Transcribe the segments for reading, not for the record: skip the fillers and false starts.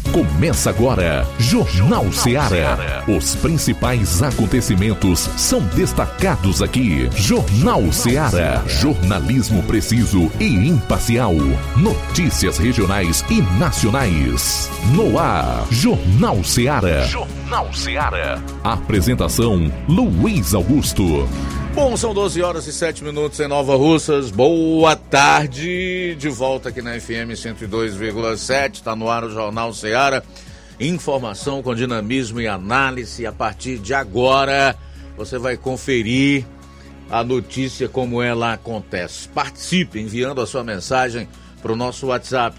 Começa agora, Jornal Ceará. Os principais acontecimentos são destacados aqui. Jornal Ceará. Jornalismo preciso e imparcial. Notícias regionais e nacionais. No ar, Jornal Ceará. Jornal Ceará. Apresentação, Luiz Augusto. Bom, são 12 horas e 7 minutos em Nova Russas. Boa tarde, de volta aqui na FM 102,7. Está no ar o Jornal Ceará. Informação com dinamismo e análise. A partir de agora, você vai conferir a notícia como ela acontece. Participe enviando a sua mensagem para o nosso WhatsApp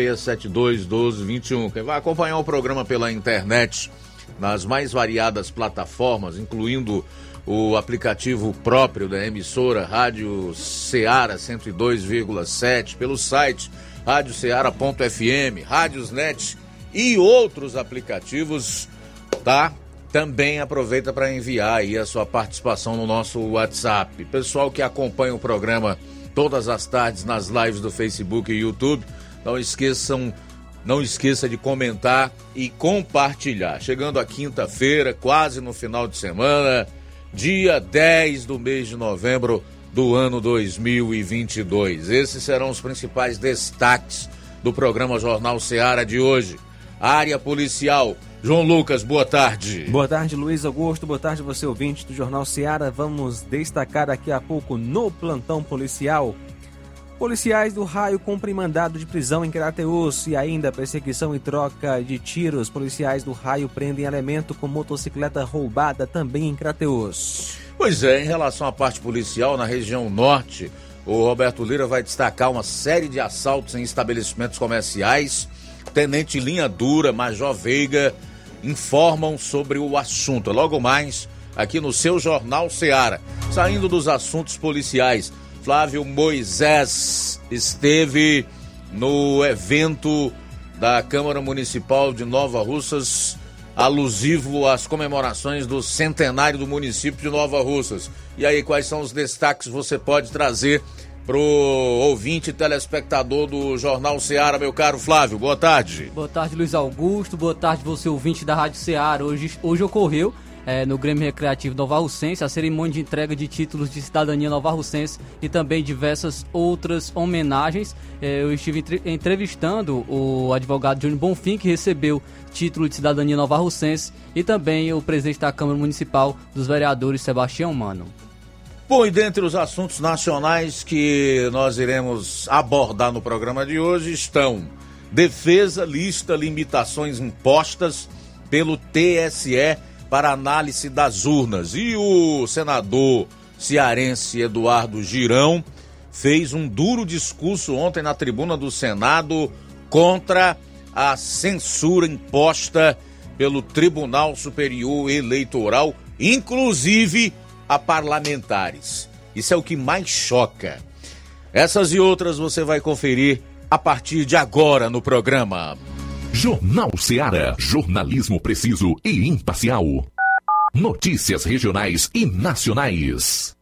3672-1221. Quem vai acompanhar o programa pela internet, nas mais variadas plataformas, incluindo o aplicativo próprio da emissora Rádio Ceará 102,7, pelo site radioceara.fm, Rádiosnet e outros aplicativos, tá? Também aproveita para enviar aí a sua participação no nosso WhatsApp. Pessoal que acompanha o programa todas as tardes nas lives do Facebook e YouTube, não esqueça de comentar e compartilhar. Chegando a quinta-feira, quase no final de semana, dia 10 do mês de novembro do ano 2022. Esses serão os principais destaques do programa Jornal Ceará de hoje. Área policial. João Lucas, boa tarde. Boa tarde, Luiz Augusto. Boa tarde, você ouvinte do Jornal Ceará. Vamos destacar daqui a pouco no plantão policial. Policiais do Raio cumprem mandado de prisão em Crateús e ainda perseguição e troca de tiros. Policiais do Raio prendem elemento com motocicleta roubada também em Crateús. Pois é, em relação à parte policial, na região norte, o Roberto Lira vai destacar uma série de assaltos em estabelecimentos comerciais. Tenente Linha Dura, Major Veiga informam sobre o assunto. Logo mais, aqui no seu Jornal Ceará. Saindo dos assuntos policiais, Flávio Moisés esteve no evento da Câmara Municipal de Nova Russas, alusivo às comemorações do centenário do município de Nova Russas. E aí, quais são os destaques que você pode trazer pro ouvinte e telespectador do Jornal Ceará, meu caro Flávio? Boa tarde. Boa tarde, Luiz Augusto. Boa tarde, você ouvinte da Rádio Ceará. Hoje ocorreu no Grêmio Recreativo Nova Russense a cerimônia de entrega de títulos de cidadania Nova Russense e também diversas outras homenagens. Eu estive entrevistando o advogado Johnny Bonfim, que recebeu título de cidadania Nova Russense, e também o presidente da Câmara Municipal dos Vereadores, Sebastião Mano. Bom, e dentre os assuntos nacionais que nós iremos abordar no programa de hoje estão: defesa lista limitações impostas pelo TSE para análise das urnas. E o senador cearense Eduardo Girão fez um duro discurso ontem na tribuna do Senado contra a censura imposta pelo Tribunal Superior Eleitoral, inclusive a parlamentares. Isso é o que mais choca. Essas e outras você vai conferir a partir de agora no programa. Jornal Ceará. Jornalismo preciso e imparcial. Notícias regionais e nacionais.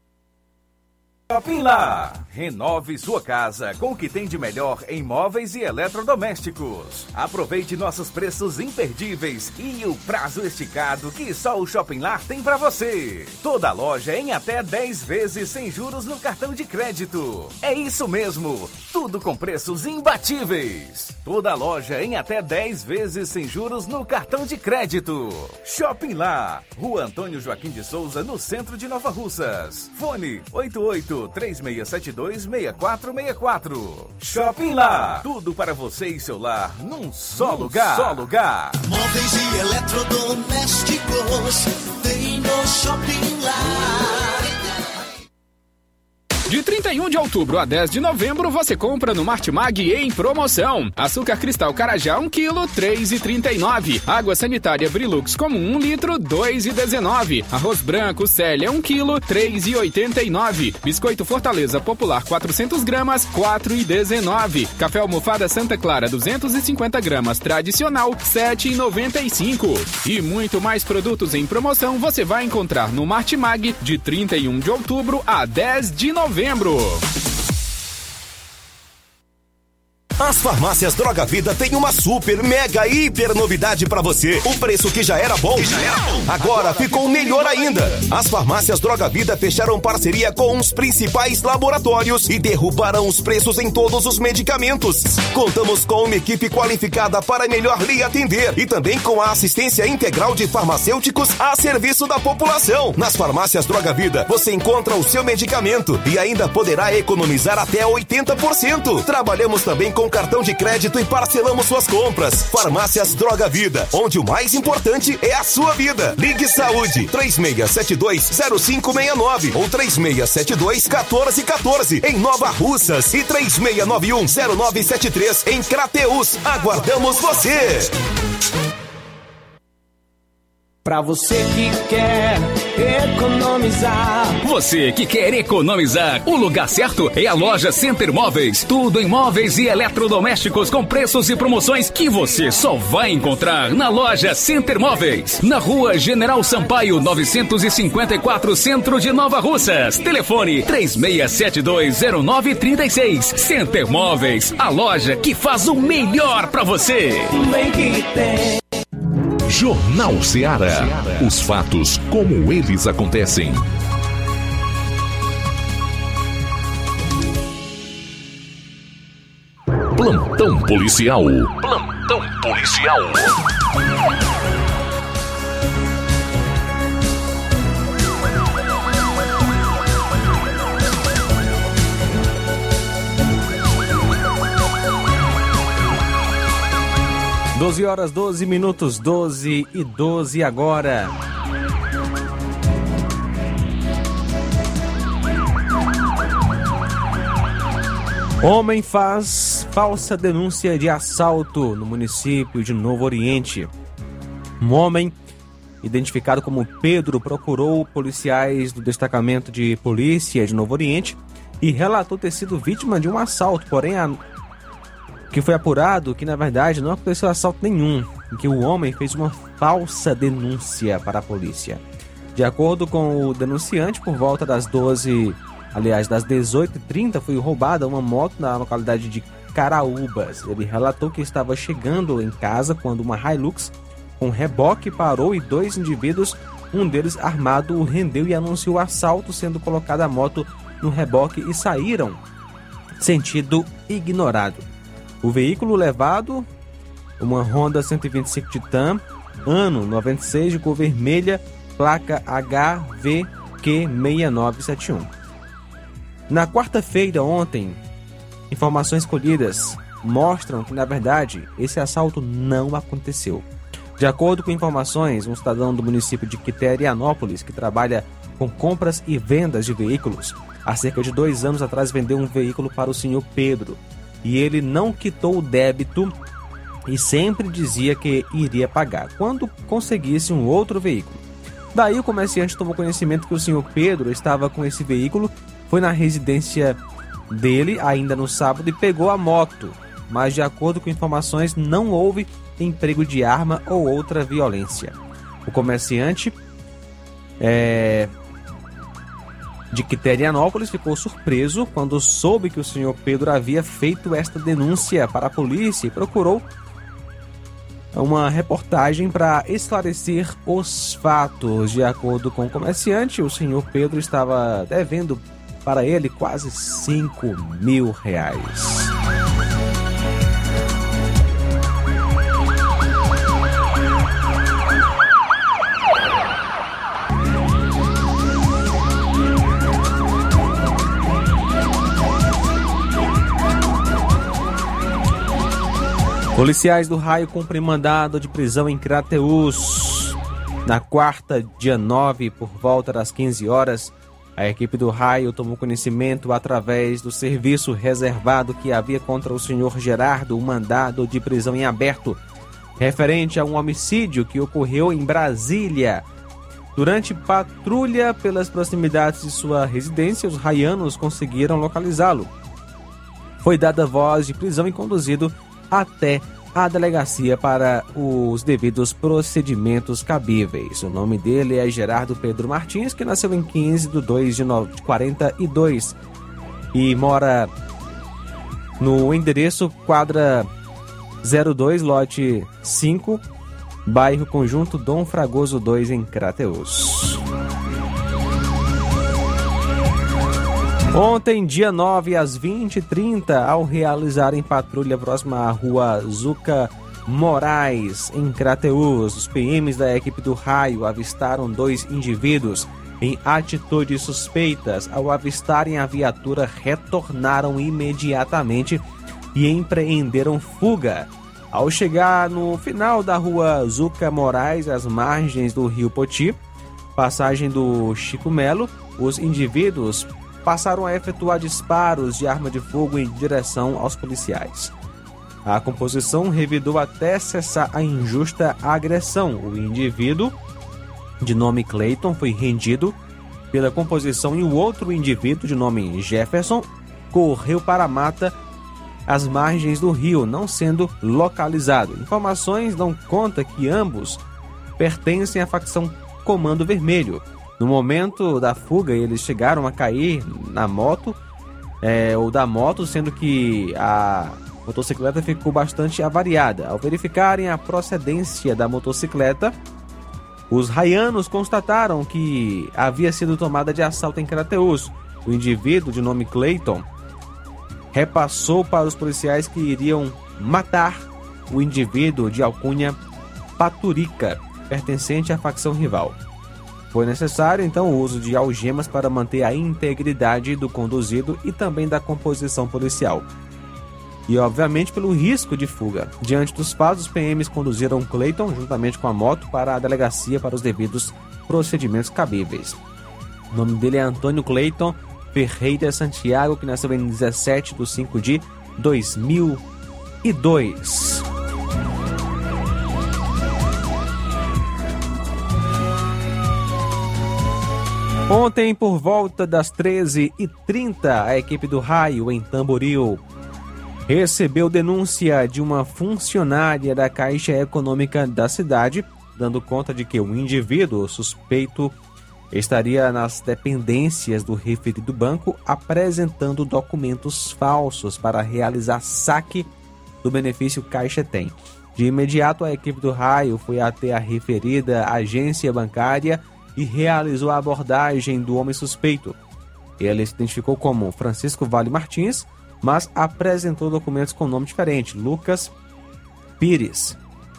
Shopping Lá. Renove sua casa com o que tem de melhor em móveis e eletrodomésticos. Aproveite nossos preços imperdíveis e o prazo esticado que só o Shopping Lá tem para você. Toda loja em até 10 vezes sem juros no cartão de crédito. É isso mesmo, tudo com preços imbatíveis. Toda loja em até 10 vezes sem juros no cartão de crédito. Shopping Lá, Rua Antônio Joaquim de Souza, no centro de Nova Russas. Fone 88-3672-6464. Shopping Lá, tudo para você e seu lar num só lugar. Móveis e eletrodomésticos tem no Shopping Lá. De 31 de outubro a 10 de novembro, você compra no Martimag em promoção. Açúcar cristal Carajá, 1 kg, R$ 3,39. Água sanitária Brilux comum, 1 litro, R$ 2,19. Arroz branco Célia, 1 kg, R$ 3,89. Biscoito Fortaleza Popular, 400 gramas, R$ 4,19. Café almofada Santa Clara, 250 gramas, tradicional, R$ 7,95. E muito mais produtos em promoção você vai encontrar no Martimag de 31 de outubro a 10 de novembro. As farmácias Droga Vida têm uma super, mega, hiper novidade pra você. O preço que já era bom, agora ficou melhor ainda. As farmácias Droga Vida fecharam parceria com os principais laboratórios e derrubaram os preços em todos os medicamentos. Contamos com uma equipe qualificada para melhor lhe atender e também com a assistência integral de farmacêuticos a serviço da população. Nas farmácias Droga Vida, você encontra o seu medicamento e ainda poderá economizar até 80%. Trabalhamos também com cartão de crédito e parcelamos suas compras. Farmácias Droga Vida, onde o mais importante é a sua vida. Ligue Saúde 3672-0569 ou 3672-1414 em Nova Russas e 3691-0973 em Crateús. Aguardamos você! Pra você que quer economizar. Você que quer economizar, o lugar certo é a loja Center Móveis. Tudo em móveis e eletrodomésticos com preços e promoções que você só vai encontrar na loja Center Móveis. Na rua General Sampaio, 954, Centro de Nova Russas. Telefone 36720936. Center Móveis, a loja que faz o melhor pra você. Bem que tem. Jornal Ceará. Os fatos como eles acontecem. Plantão policial. Plantão policial. Doze horas, 12 minutos, 12:12 agora. Homem faz falsa denúncia de assalto no município de Novo Oriente. Um homem, identificado como Pedro, procurou policiais do destacamento de polícia de Novo Oriente e relatou ter sido vítima de um assalto, porém que foi apurado que, na verdade, não aconteceu assalto nenhum, em que o homem fez uma falsa denúncia para a polícia. De acordo com o denunciante, por volta das 18h30, foi roubada uma moto na localidade de Caraúbas. Ele relatou que estava chegando em casa quando uma Hilux com reboque parou e dois indivíduos, um deles armado, o rendeu e anunciou o assalto, sendo colocada a moto no reboque e saíram sentido ignorado. O veículo levado, uma Honda 125 Titan, ano 96, de cor vermelha, placa HVQ6971. Na quarta-feira, ontem, informações colhidas mostram que, na verdade, esse assalto não aconteceu. De acordo com informações, um cidadão do município de Quiterianópolis, que trabalha com compras e vendas de veículos, há cerca de 2 anos atrás vendeu um veículo para o senhor Pedro. E ele não quitou o débito e sempre dizia que iria pagar quando conseguisse um outro veículo. Daí o comerciante tomou conhecimento que o senhor Pedro estava com esse veículo, foi na residência dele ainda no sábado e pegou a moto. Mas de acordo com informações, não houve emprego de arma ou outra violência. O comerciante de Quiterianópolis ficou surpreso quando soube que o senhor Pedro havia feito esta denúncia para a polícia e procurou uma reportagem para esclarecer os fatos. De acordo com o comerciante, o senhor Pedro estava devendo para ele quase R$5.000. Policiais do Raio cumprem mandado de prisão em Crateús. Na quarta, dia 9, por volta das 15 horas, a equipe do Raio tomou conhecimento através do serviço reservado que havia contra o senhor Gerardo um mandado de prisão em aberto, referente a um homicídio que ocorreu em Brasília. Durante patrulha pelas proximidades de sua residência, os raianos conseguiram localizá-lo. Foi dada voz de prisão e conduzido até a delegacia para os devidos procedimentos cabíveis. O nome dele é Gerardo Pedro Martins, que nasceu em 15 de 2 de 42 e mora no endereço quadra 02, lote 5, bairro Conjunto Dom Fragoso 2, em Crateús. Ontem, dia 9, às 20h30, ao realizarem patrulha próxima à rua Zuca Moraes, em Crateús, os PMs da equipe do Raio avistaram 2 indivíduos em atitudes suspeitas. Ao avistarem a viatura, retornaram imediatamente e empreenderam fuga. Ao chegar no final da rua Zuca Moraes, às margens do rio Poti, passagem do Chico Melo, os indivíduos passaram a efetuar disparos de arma de fogo em direção aos policiais. A composição revidou até cessar a injusta agressão. O indivíduo, de nome Clayton, foi rendido pela composição e o outro indivíduo, de nome Jefferson, correu para a mata às margens do rio, não sendo localizado. Informações dão conta que ambos pertencem à facção Comando Vermelho. No momento da fuga, eles chegaram a cair na moto, ou da moto, sendo que a motocicleta ficou bastante avariada. Ao verificarem a procedência da motocicleta, os raianos constataram que havia sido tomada de assalto em Crateús. O indivíduo, de nome Clayton, repassou para os policiais que iriam matar o indivíduo de alcunha Paturica, pertencente à facção rival. Foi necessário, então, o uso de algemas para manter a integridade do conduzido e também da composição policial. E, obviamente, pelo risco de fuga. Diante dos fatos, os PMs conduziram Clayton, juntamente com a moto, para a delegacia para os devidos procedimentos cabíveis. O nome dele é Antônio Clayton Ferreira Santiago, que nasceu em 17/5/2002. Ontem, por volta das 13h30, a equipe do Raio, em Tamboril, recebeu denúncia de uma funcionária da Caixa Econômica da cidade, dando conta de que o indivíduo suspeito estaria nas dependências do referido banco apresentando documentos falsos para realizar saque do benefício Caixa Tem. De imediato, a equipe do Raio foi até a referida agência bancária e realizou a abordagem do homem suspeito. Ele se identificou como Francisco Vale Martins, mas apresentou documentos com nome diferente, Lucas Pires.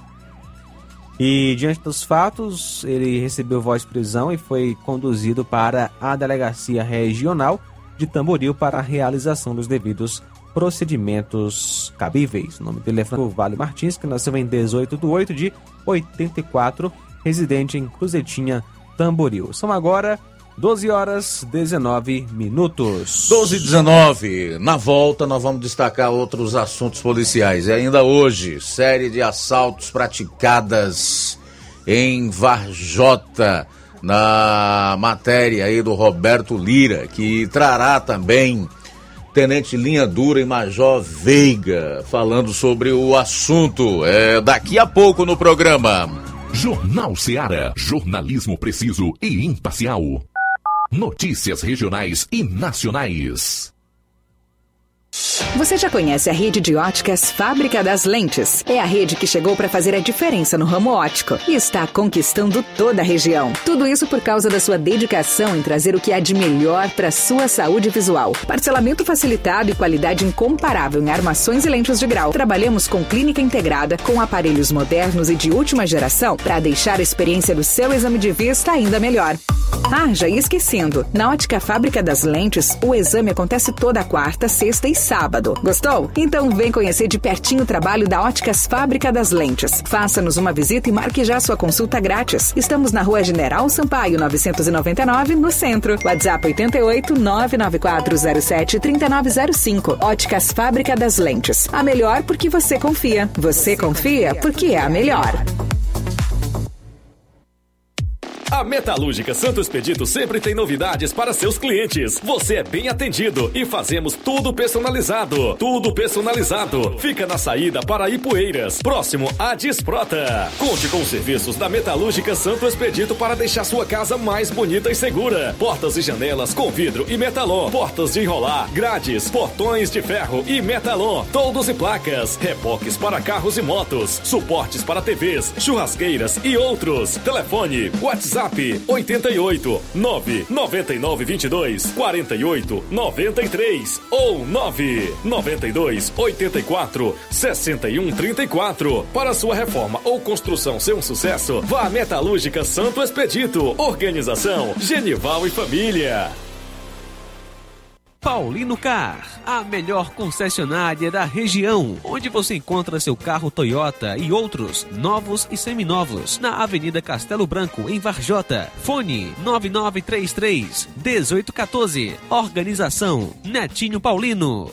E diante dos fatos, ele recebeu voz de prisão e foi conduzido para a Delegacia Regional de Tamboril para a realização dos devidos procedimentos cabíveis. O nome dele é Francisco Vale Martins, que nasceu em 18/8/84, residente em Cruzetinha, Tamboril. São agora 12h19. 12h19. Na volta, nós vamos destacar outros assuntos policiais. E ainda hoje, série de assaltos praticadas em Varjota, na matéria aí do Roberto Lira, que trará também Tenente Linha Dura e Major Veiga falando sobre o assunto. Daqui a pouco no programa. Jornal Ceará, jornalismo preciso e imparcial. Notícias regionais e nacionais. Você já conhece a rede de óticas Fábrica das Lentes? É a rede que chegou para fazer a diferença no ramo óptico e está conquistando toda a região. Tudo isso por causa da sua dedicação em trazer o que há de melhor para sua saúde visual. Parcelamento facilitado e qualidade incomparável em armações e lentes de grau. Trabalhamos com clínica integrada, com aparelhos modernos e de última geração para deixar a experiência do seu exame de vista ainda melhor. Ah, já ia esquecendo. Na Ótica Fábrica das Lentes, o exame acontece toda quarta, sexta e sábado. Gostou? Então vem conhecer de pertinho o trabalho da Óticas Fábrica das Lentes. Faça-nos uma visita e marque já sua consulta grátis. Estamos na Rua General Sampaio, 999, no centro. WhatsApp 88 99407 3905. Óticas Fábrica das Lentes. A melhor porque você confia. Você confia porque é a melhor. A Metalúrgica Santo Expedito sempre tem novidades para seus clientes. Você é bem atendido e fazemos tudo personalizado. Tudo personalizado. Fica na saída para Ipueiras, próximo à Desprota. Conte com os serviços da Metalúrgica Santo Expedito para deixar sua casa mais bonita e segura. Portas e janelas com vidro e metalon. Portas de enrolar, grades, portões de ferro e metalon. Toldos e placas. Reboques para carros e motos. Suportes para TVs, churrasqueiras e outros. Telefone WhatsApp 88 999 22 48 93 ou 992 84 61 34. Para sua reforma ou construção ser um sucesso, vá à Metalúrgica Santo Expedito. Organização Genival e Família. Paulino Car, a melhor concessionária da região, onde você encontra seu carro Toyota e outros novos e seminovos, na Avenida Castelo Branco, em Varjota. Fone 9933-1814. Organização Netinho Paulino.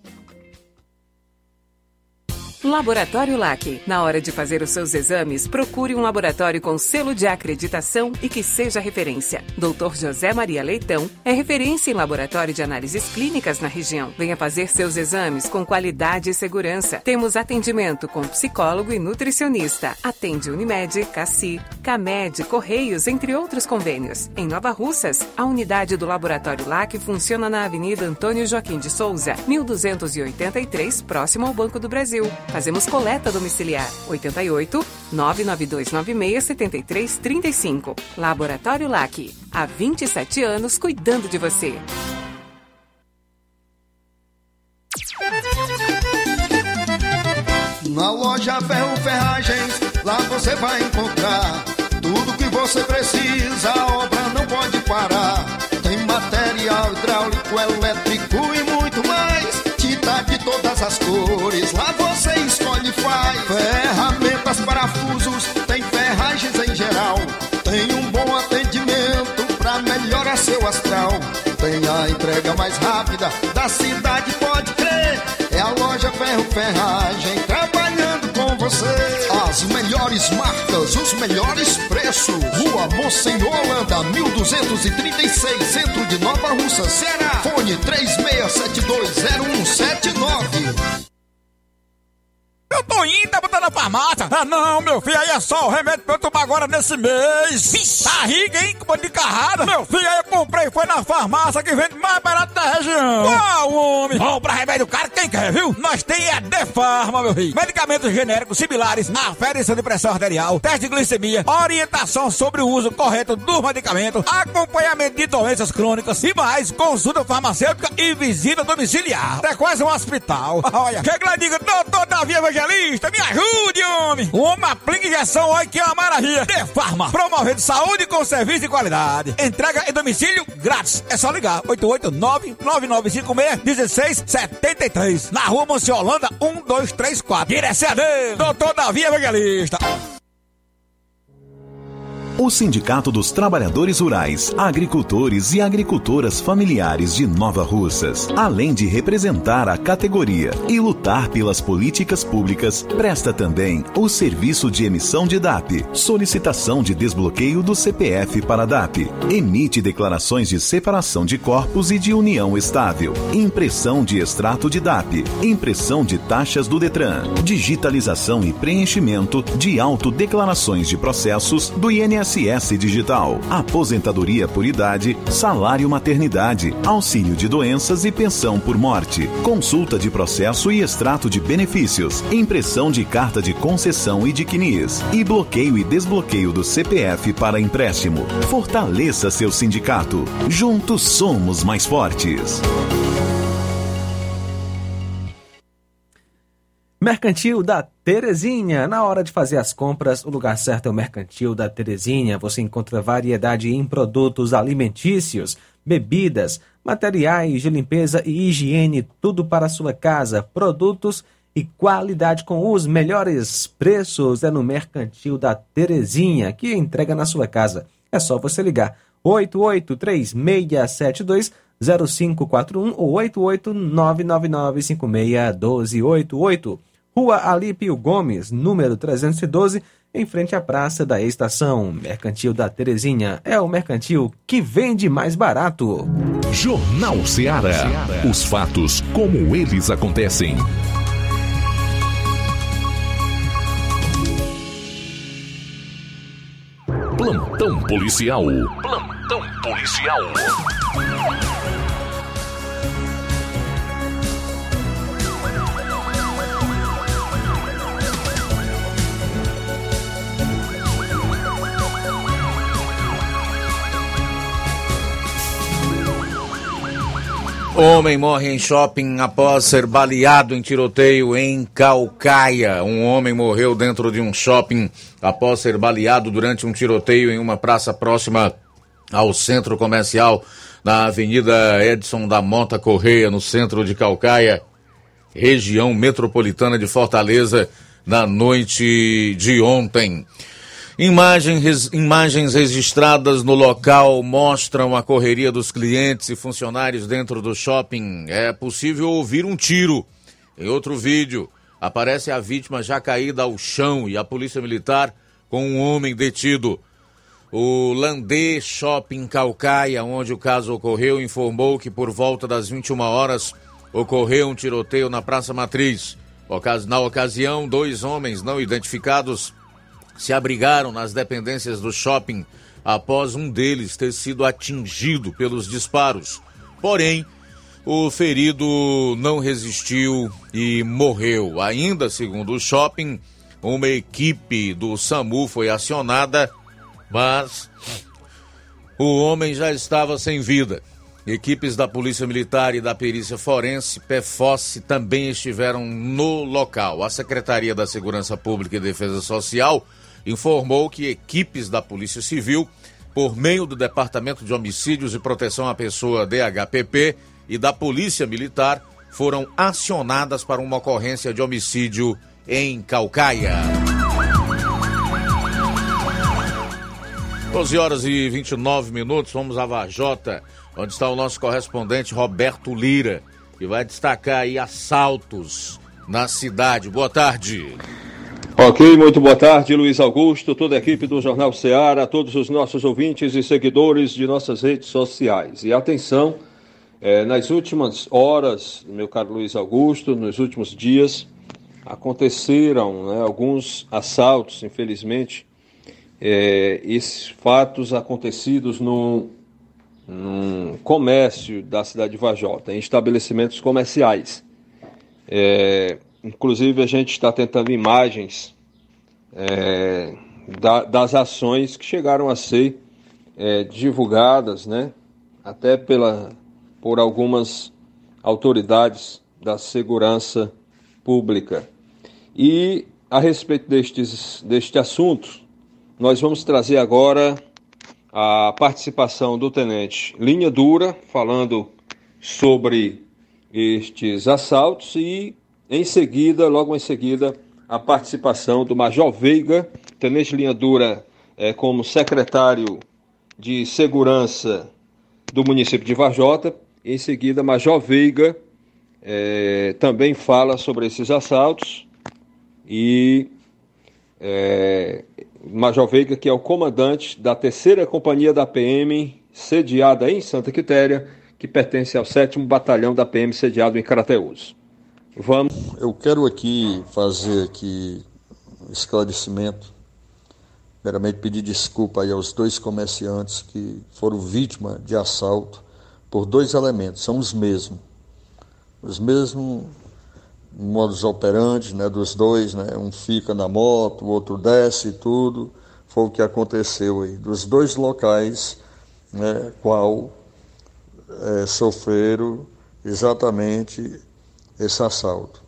Laboratório LAC. Na hora de fazer os seus exames, procure um laboratório com selo de acreditação e que seja referência. Dr. José Maria Leitão é referência em laboratório de análises clínicas na região. Venha fazer seus exames com qualidade e segurança. Temos atendimento com psicólogo e nutricionista. Atende Unimed, Cassi, Camed, Correios, entre outros convênios. Em Nova Russas, a unidade do Laboratório LAC funciona na Avenida Antônio Joaquim de Souza, 1283, próximo ao Banco do Brasil. Fazemos coleta domiciliar. 88 99296 7335. Laboratório LAC. Há 27 anos cuidando de você. Na loja Ferro Ferragens, lá você vai encontrar tudo que você precisa, a obra não pode parar. Tem material hidráulico, elétrico e muito mais. Tinta de todas as cores, lá você escolhe e faz. Ferramentas, parafusos, tem ferragens em geral. Tem um bom atendimento pra melhorar seu astral. Tem a entrega mais rápida da cidade, pode crer. É a loja Ferro Ferragem trabalhando com você. As melhores marcas, os melhores preços. Rua Monsenhor Holanda, 1236, centro de Nova Russa, Ceará. Fone 36720179. Eu tô indo, tá botando na farmácia. Ah, não, meu filho, aí é só o remédio pra eu tomar agora nesse mês. Barriga, hein, com de carrada. Meu filho, aí eu comprei, foi na farmácia que vende mais barato da região. Uau, homem. Compra remédio caro, quem quer, viu? Nós tem a Defarma, meu filho. Medicamentos genéricos similares, aferição de pressão arterial, teste de glicemia, orientação sobre o uso correto dos medicamentos, acompanhamento de doenças crônicas e mais, consulta farmacêutica e visita domiciliar. É quase um hospital. Olha, chega lá e diga, doutor Davi Evangelista, me ajude, homem! Uma aplica injeção, olha que é uma maravilha! Defarma, promovendo saúde com serviço de qualidade. Entrega em domicílio grátis. É só ligar, 889-9956-1673. Na rua Monsiolanda, 1234. Direção a Deus, doutor Davi Evangelista. O Sindicato dos Trabalhadores Rurais, Agricultores e Agricultoras Familiares de Nova Russas, além de representar a categoria e lutar pelas políticas públicas, presta também o serviço de emissão de DAP, solicitação de desbloqueio do CPF para DAP, emite declarações de separação de corpos e de união estável, impressão de extrato de DAP, impressão de taxas do Detran, digitalização e preenchimento de autodeclarações de processos do INSS Digital, aposentadoria por idade, salário maternidade, auxílio de doenças e pensão por morte, consulta de processo e extrato de benefícios, impressão de carta de concessão e de CNIS, e bloqueio e desbloqueio do CPF para empréstimo. Fortaleça seu sindicato. Juntos somos mais fortes. Mercantil da Terezinha. Na hora de fazer as compras, o lugar certo é o Mercantil da Terezinha. Você encontra variedade em produtos alimentícios, bebidas, materiais de limpeza e higiene, tudo para a sua casa. Produtos e qualidade com os melhores preços é no Mercantil da Terezinha, que entrega na sua casa. É só você ligar 8836720541 ou 88999561288. Rua Alípio Gomes, número 312, em frente à Praça da Estação. Mercantil da Terezinha é o mercantil que vende mais barato. Jornal Ceará. Os fatos como eles acontecem. Plantão policial. Plantão policial. Homem morre em shopping após ser baleado em tiroteio em Caucaia. Um homem morreu dentro de um shopping após ser baleado durante um tiroteio em uma praça próxima ao centro comercial na Avenida Edson da Mota Correia, no centro de Caucaia, região metropolitana de Fortaleza, na noite de ontem. Imagens registradas no local mostram a correria dos clientes e funcionários dentro do shopping. É possível ouvir um tiro. Em outro vídeo, aparece a vítima já caída ao chão e a polícia militar com um homem detido. O Landê Shopping Caucaia, onde o caso ocorreu, informou que por volta das 21 horas ocorreu um tiroteio na Praça Matriz. Na ocasião, 2 homens não identificados se abrigaram nas dependências do shopping após um deles ter sido atingido pelos disparos. Porém, o ferido não resistiu e morreu. Ainda segundo o shopping, uma equipe do SAMU foi acionada, mas o homem já estava sem vida. Equipes da Polícia Militar e da Perícia Forense, PFOS, também estiveram no local. A Secretaria da Segurança Pública e Defesa Social informou que equipes da Polícia Civil, por meio do Departamento de Homicídios e Proteção à Pessoa, DHPP, e da Polícia Militar, foram acionadas para uma ocorrência de homicídio em Caucaia. 12h29, vamos a Varjota, onde está o nosso correspondente Roberto Lira, que vai destacar aí assaltos na cidade. Boa tarde. Ok, muito boa tarde, Luiz Augusto, toda a equipe do Jornal Ceará, todos os nossos ouvintes e seguidores de nossas redes sociais. E atenção, nas últimas horas, meu caro Luiz Augusto, nos últimos dias, aconteceram alguns assaltos, infelizmente, esses fatos acontecidos num comércio da cidade de Varjota, em estabelecimentos comerciais. Inclusive, a gente está tentando imagens das ações que chegaram a ser divulgadas, né, até por algumas autoridades da segurança pública. E, a respeito deste assunto, nós vamos trazer agora a participação do tenente Linha Dura, falando sobre estes assaltos e, logo em seguida, a participação do Major Veiga, tenente Linha Dura, como secretário de Segurança do município de Varjota. Em seguida, Major Veiga também fala sobre esses assaltos e Major Veiga, que é o comandante da 3ª Companhia da PM, sediada em Santa Quitéria, que pertence ao 7º Batalhão da PM, sediado em Crateús. Eu quero fazer um esclarecimento, primeiramente pedir desculpa aí aos 2 comerciantes que foram vítimas de assalto por 2 elementos, são os mesmos modus operandi, né, dos 2, né, um fica na moto, o outro desce e tudo, foi o que aconteceu aí, dos 2 locais, né, qual sofreram exatamente esse assalto.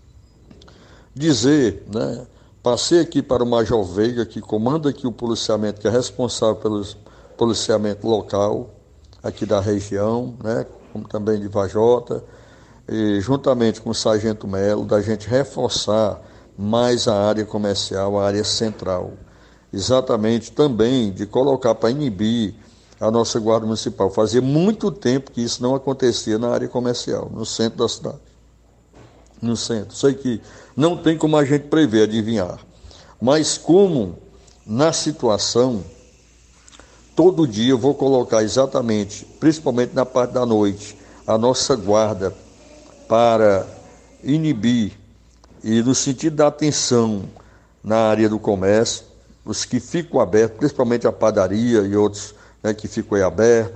Dizer, né, passei aqui para o Major Veiga, que comanda aqui o policiamento, que é responsável pelo policiamento local aqui da região, né, como também de Varjota, e juntamente com o Sargento Melo, da gente reforçar mais a área comercial, a área central. Exatamente também de colocar para inibir a nossa Guarda Municipal. Fazia muito tempo que isso não acontecia na área comercial, no centro da cidade. no centro. Sei que não tem como a gente prever, adivinhar. Mas como na situação, todo dia eu vou colocar exatamente, principalmente na parte da noite, a nossa guarda para inibir e no sentido da atenção na área do comércio, os que ficam abertos, principalmente a padaria e outros, né, que ficam aí abertos,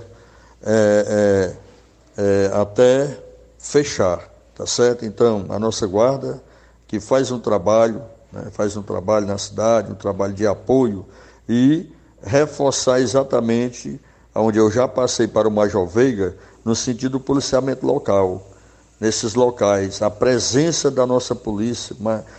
até fechar, tá certo? Então, a nossa guarda que faz um trabalho, né, faz um trabalho na cidade, um trabalho de apoio e reforçar exatamente onde eu já passei para o Major Veiga, no sentido do policiamento local. Nesses locais, a presença da nossa polícia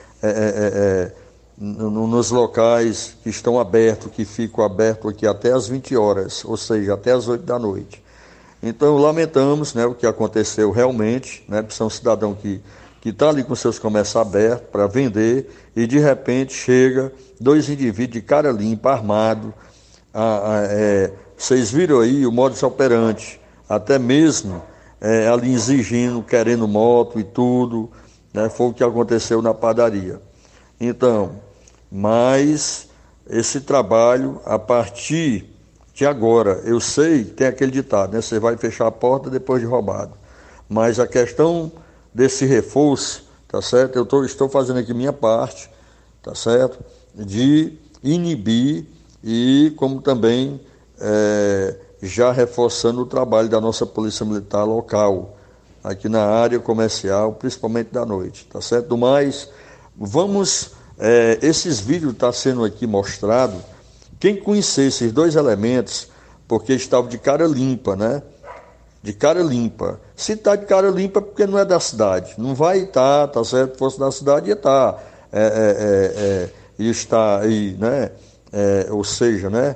nos locais que estão abertos, que ficam abertos aqui até às 20 horas, ou seja, até às 8 da noite. Então, lamentamos, né, o que aconteceu realmente, né, porque são um cidadão que está ali com seus comércios abertos para vender e, de repente, chega 2 indivíduos de cara limpa, armado. Vocês viram aí o modus operandi, até mesmo ali exigindo, querendo moto e tudo, né, foi o que aconteceu na padaria. Então, mas esse trabalho, a partir de agora, eu sei, tem aquele ditado, né, você vai fechar a porta depois de roubado, mas a questão desse reforço, tá certo? Eu estou fazendo aqui minha parte, tá certo? De inibir e como também já reforçando o trabalho da nossa Polícia Militar local, aqui na área comercial, principalmente da noite, tá certo? Do mais, vamos, esses vídeos estão sendo aqui mostrados, quem conhecer esses 2 elementos, porque estavam de cara limpa, né? De cara limpa. Se está de cara limpa é porque não é da cidade. Não vai estar, tá certo? Se fosse da cidade ia estar. E está aí, né? Ou seja, né?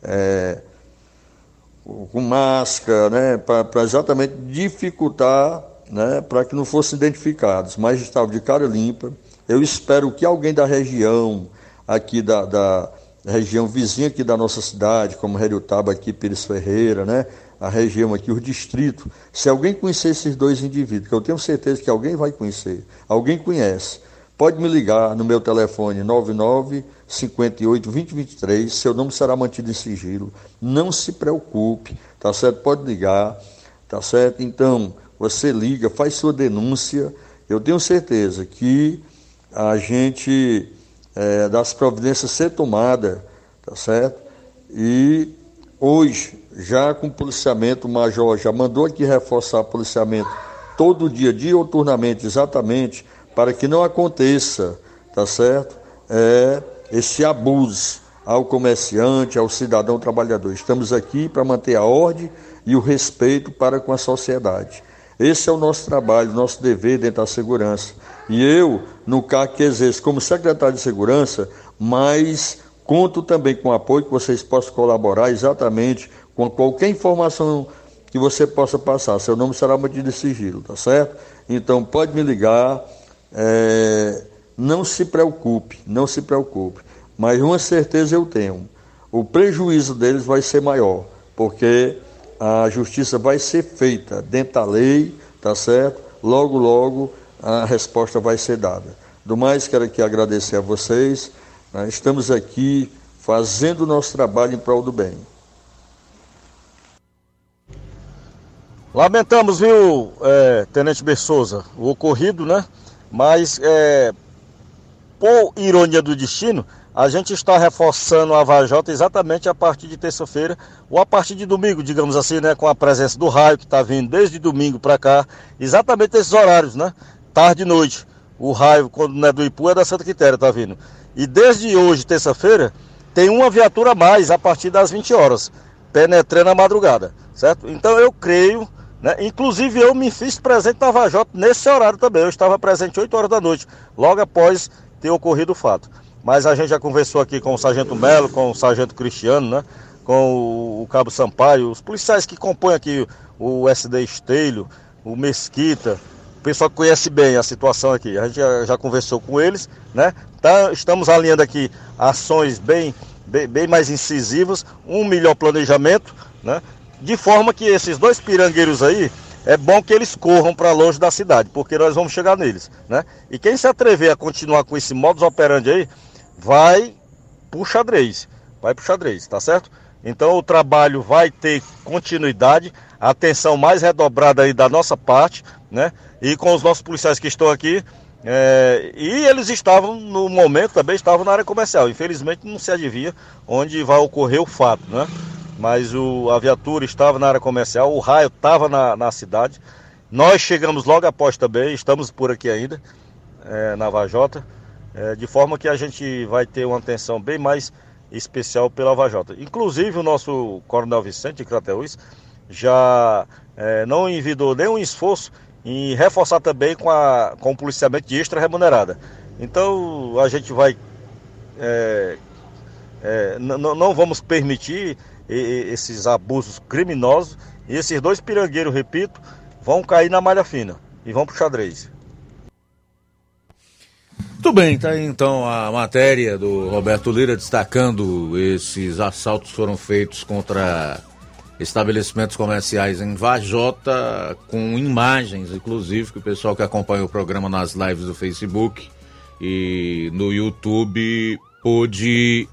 Com máscara, né? Para exatamente dificultar, né? Para que não fossem identificados. Mas estavam de cara limpa. Eu espero que alguém da região, aqui da região vizinha aqui da nossa cidade, como Heriotaba aqui, Pires Ferreira, né? A região aqui, os distritos, se alguém conhecer esses 2 indivíduos, que eu tenho certeza que alguém vai conhecer, alguém conhece, pode me ligar no meu telefone 9958-2023, seu nome será mantido em sigilo, não se preocupe, tá certo? Pode ligar, tá certo? Então, você liga, faz sua denúncia, eu tenho certeza que a gente, das providências ser tomada, tá certo? E hoje, já com o policiamento, o Major já mandou aqui reforçar o policiamento todo dia, diuturnamente, exatamente, para que não aconteça, tá certo? Esse abuso ao comerciante, ao cidadão trabalhador. Estamos aqui para manter a ordem e o respeito para com a sociedade. Esse é o nosso trabalho, nosso dever dentro da segurança. E eu, no cargo que exerço como secretário de segurança, mas conto também com o apoio que vocês possam colaborar exatamente com qualquer informação que você possa passar. Seu nome será mantido em sigilo, tá certo? Então pode me ligar, não se preocupe, não se preocupe. Mas uma certeza eu tenho, o prejuízo deles vai ser maior, porque a justiça vai ser feita dentro da lei, tá certo? Logo, logo a resposta vai ser dada. Do mais, quero aqui agradecer a vocês, né? Estamos aqui fazendo o nosso trabalho em prol do bem. Lamentamos, viu, Tenente Bessouza, o ocorrido, né? Mas, por ironia do destino, a gente está reforçando a Vajota exatamente a partir de terça-feira, ou a partir de domingo, digamos assim, né? Com a presença do raio, que está vindo desde domingo para cá, exatamente esses horários, né? Tarde e noite. O raio, quando não é do Ipu, é da Santa Quitéria, tá vindo. E desde hoje, terça-feira, tem uma viatura a mais a partir das 20 horas, penetrando a madrugada, certo? Então eu creio, né? Inclusive eu me fiz presente na Vajota nesse horário também. Eu estava presente 8 horas da noite, logo após ter ocorrido o fato. Mas a gente já conversou aqui com o Sargento Melo, com o Sargento Cristiano, né? Com o Cabo Sampaio, os policiais que compõem aqui o SD Estelho, o Mesquita, o pessoal que conhece bem a situação aqui. A gente já conversou com eles, né? Estamos alinhando aqui ações bem mais incisivas, um melhor planejamento, né? De forma que esses 2 pirangueiros aí, é bom que eles corram para longe da cidade, porque nós vamos chegar neles, né? E quem se atrever a continuar com esse modus operandi aí, vai pro xadrez, tá certo? Então o trabalho vai ter continuidade, a atenção mais redobrada aí da nossa parte, né? E com os nossos policiais que estão aqui, e eles estavam, no momento, também estavam na área comercial. Infelizmente não se adivinha onde vai ocorrer o fato, né? Mas a viatura estava na área comercial, o raio estava na cidade. Nós chegamos logo após também, estamos por aqui ainda, na Vajota, de forma que a gente vai ter uma atenção bem mais especial pela Vajota. Inclusive o nosso Coronel Vicente de Crateús já não envidou nenhum esforço em reforçar também com o policiamento de extra remunerada. Então a gente vai, não vamos permitir esses abusos criminosos, e esses 2 pirangueiros, repito, vão cair na malha fina e vão pro xadrez. Muito bem, tá aí então a matéria do Roberto Lira destacando esses assaltos que foram feitos contra estabelecimentos comerciais em Vajota, com imagens, inclusive, que o pessoal que acompanha o programa nas lives do Facebook e no YouTube pôde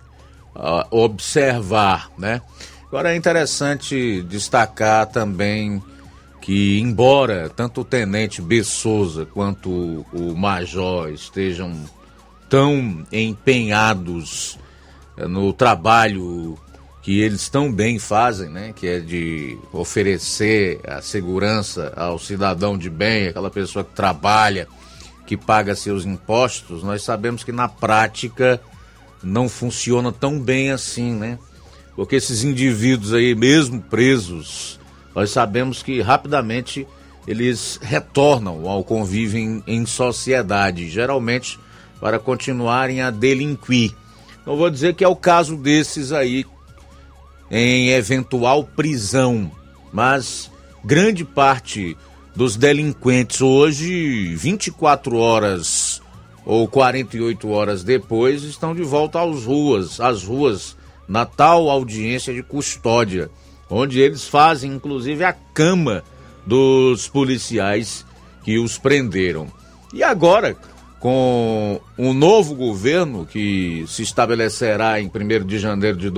observar, né? Agora é interessante destacar também que, embora tanto o tenente B. Souza quanto o major estejam tão empenhados no trabalho que eles tão bem fazem, né, que é de oferecer a segurança ao cidadão de bem, aquela pessoa que trabalha, que paga seus impostos, nós sabemos que na prática não funciona tão bem assim, né? Porque esses indivíduos aí, mesmo presos, nós sabemos que rapidamente eles retornam ao convívio em sociedade, geralmente para continuarem a delinquir. Não vou dizer que é o caso desses aí em eventual prisão, mas grande parte dos delinquentes hoje, 24 horas ou 48 horas depois, estão de volta às ruas, na tal audiência de custódia, onde eles fazem inclusive a cama dos policiais que os prenderam. E agora, com um novo governo que se estabelecerá em 1º de janeiro de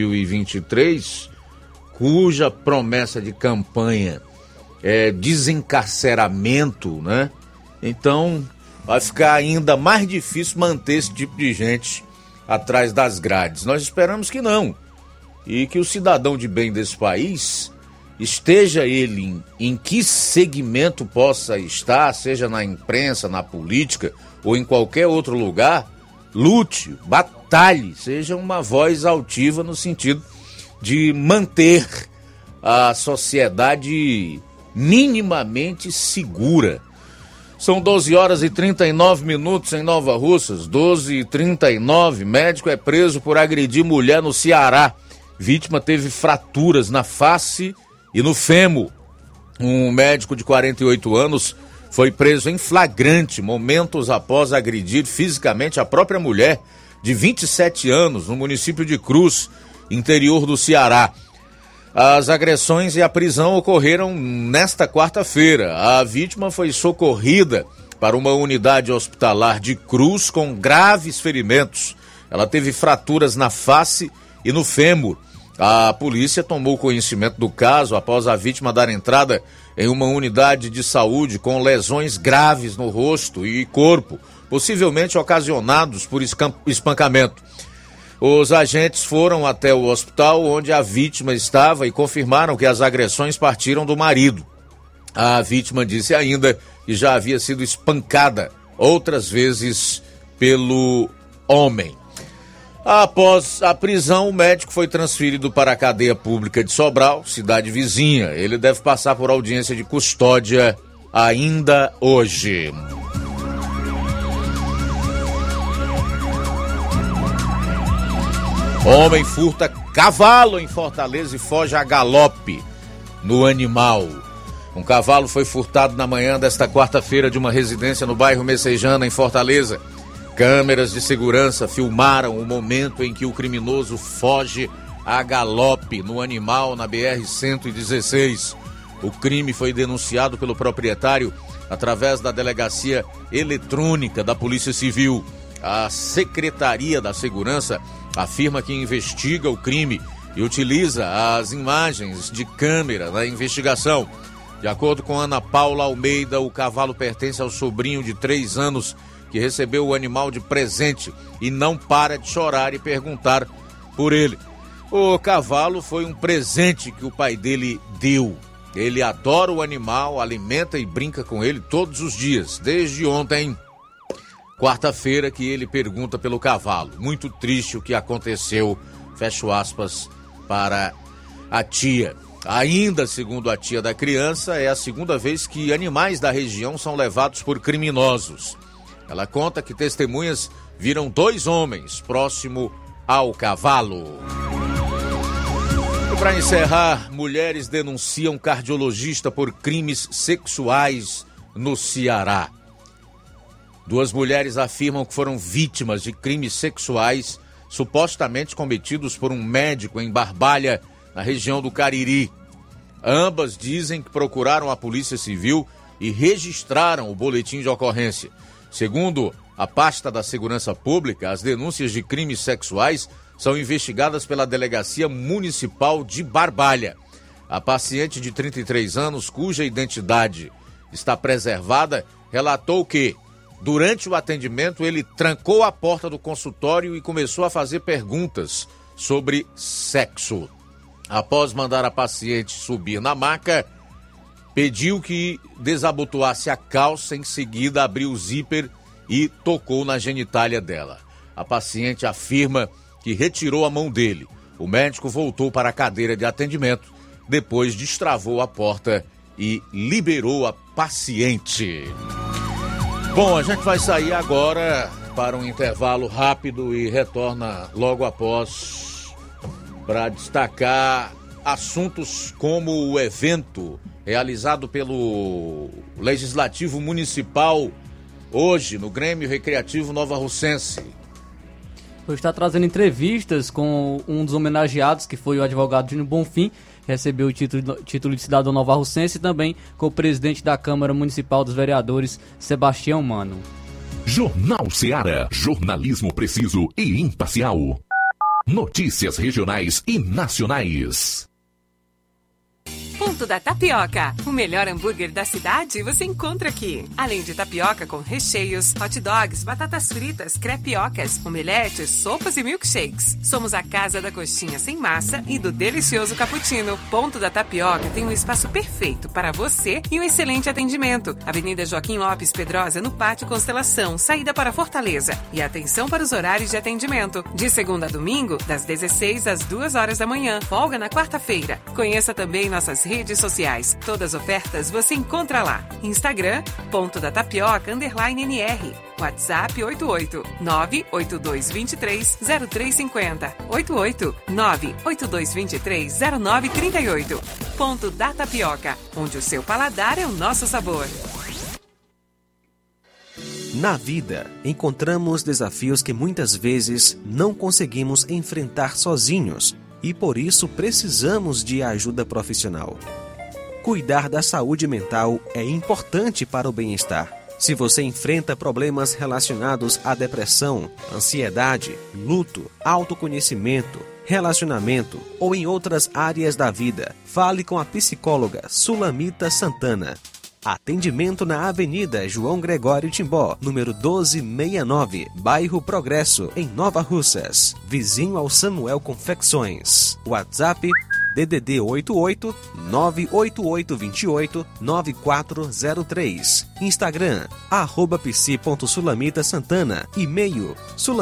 2023, cuja promessa de campanha é desencarceramento, né? Então vai ficar ainda mais difícil manter esse tipo de gente atrás das grades. Nós esperamos que não, e que o cidadão de bem desse país, esteja ele em que segmento possa estar, seja na imprensa, na política ou em qualquer outro lugar, lute, batalhe, seja uma voz altiva no sentido de manter a sociedade minimamente segura. São 12 horas e 39 minutos em Nova Russas, 12h39, médico é preso por agredir mulher no Ceará. Vítima teve fraturas na face e no fêmur. Um médico de 48 anos foi preso em flagrante momentos após agredir fisicamente a própria mulher de 27 anos no município de Cruz, interior do Ceará. As agressões e a prisão ocorreram nesta quarta-feira. A vítima foi socorrida para uma unidade hospitalar de Cruz com graves ferimentos. Ela teve fraturas na face e no fêmur. A polícia tomou conhecimento do caso após a vítima dar entrada em uma unidade de saúde com lesões graves no rosto e corpo, possivelmente ocasionados por espancamento. Os agentes foram até o hospital onde a vítima estava e confirmaram que as agressões partiram do marido. A vítima disse ainda que já havia sido espancada outras vezes pelo homem. Após a prisão, o médico foi transferido para a cadeia pública de Sobral, cidade vizinha. Ele deve passar por audiência de custódia ainda hoje. Homem furta cavalo em Fortaleza e foge a galope no animal. Um cavalo foi furtado na manhã desta quarta-feira de uma residência no bairro Messejana, em Fortaleza. Câmeras de segurança filmaram o momento em que o criminoso foge a galope no animal na BR-116. O crime foi denunciado pelo proprietário através da Delegacia Eletrônica da Polícia Civil. A Secretaria da Segurança afirma que investiga o crime e utiliza as imagens de câmera na investigação. De acordo com Ana Paula Almeida, o cavalo pertence ao sobrinho de 3 anos que recebeu o animal de presente e não para de chorar e perguntar por ele. O cavalo foi um presente que o pai dele deu. Ele adora o animal, alimenta e brinca com ele todos os dias, desde ontem, quarta-feira, que ele pergunta pelo cavalo. Muito triste o que aconteceu, fecho aspas, para a tia. Ainda, segundo a tia da criança, é a segunda vez que animais da região são levados por criminosos. Ela conta que testemunhas viram 2 homens próximo ao cavalo. E para encerrar, mulheres denunciam cardiologista por crimes sexuais no Ceará. 2 mulheres afirmam que foram vítimas de crimes sexuais supostamente cometidos por um médico em Barbalha, na região do Cariri. Ambas dizem que procuraram a Polícia Civil e registraram o boletim de ocorrência. Segundo a pasta da Segurança Pública, as denúncias de crimes sexuais são investigadas pela Delegacia Municipal de Barbalha. A paciente de 33 anos, cuja identidade está preservada, relatou que, durante o atendimento, ele trancou a porta do consultório e começou a fazer perguntas sobre sexo. Após mandar a paciente subir na maca, pediu que desabotoasse a calça, em seguida abriu o zíper e tocou na genitália dela. A paciente afirma que retirou a mão dele. O médico voltou para a cadeira de atendimento, depois destravou a porta e liberou a paciente. Bom, a gente vai sair agora para um intervalo rápido e retorna logo após para destacar assuntos como o evento realizado pelo Legislativo Municipal hoje no Grêmio Recreativo Nova Russense. Hoje está trazendo entrevistas com um dos homenageados, que foi o advogado Júnior Bonfim, que recebeu o título de cidadão Nova Russense, e também com o presidente da Câmara Municipal dos Vereadores, Sebastião Mano. Jornal Ceará, jornalismo preciso e imparcial. Notícias regionais e nacionais. Ponto da Tapioca. O melhor hambúrguer da cidade você encontra aqui. Além de tapioca com recheios, hot dogs, batatas fritas, crepiocas, omeletes, sopas e milkshakes. Somos a casa da coxinha sem massa e do delicioso cappuccino. Ponto da Tapioca tem um espaço perfeito para você e um excelente atendimento. Avenida Joaquim Lopes Pedrosa, no Pátio Constelação, saída para Fortaleza. E atenção para os horários de atendimento. De segunda a domingo, das 16 às 2 horas da manhã. Folga na quarta-feira. Conheça também nossas redes sociais. Todas as ofertas você encontra lá. Instagram, Ponto da Tapioca, _NR. WhatsApp 889-8223-0350. 889-8223-0938. Ponto da Tapioca, onde o seu paladar é o nosso sabor. Na vida, encontramos desafios que muitas vezes não conseguimos enfrentar sozinhos e por isso precisamos de ajuda profissional. Cuidar da saúde mental é importante para o bem-estar. Se você enfrenta problemas relacionados à depressão, ansiedade, luto, autoconhecimento, relacionamento ou em outras áreas da vida, fale com a psicóloga Sulamita Santana. Atendimento na Avenida João Gregório Timbó, número 1269, bairro Progresso, em Nova Russas, vizinho ao Samuel Confecções. WhatsApp DDD 88 98828 9403. Instagram @psi.sulamitasantana. E-mail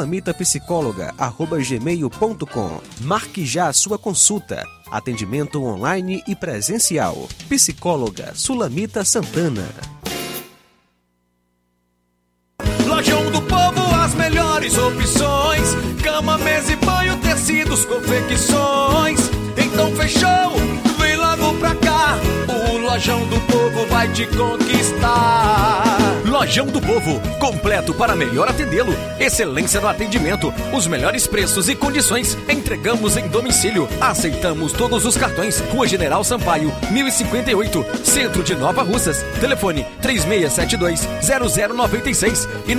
sulamitapsicóloga@gmail.com. Marque já a sua consulta. Atendimento online e presencial. Psicóloga Sulamita Santana. Lojão do Povo, as melhores opções: cama, mesa e banho, tecidos, confecções. Então fechou, vem logo pra cá. O Lojão do Povo vai te conquistar. Lojão do Povo, completo para melhor atendê-lo. Excelência no atendimento, os melhores preços e condições. Entregamos em domicílio. Aceitamos todos os cartões. Rua General Sampaio, 1058, Centro de Nova Russas. Telefone 3672-0096 e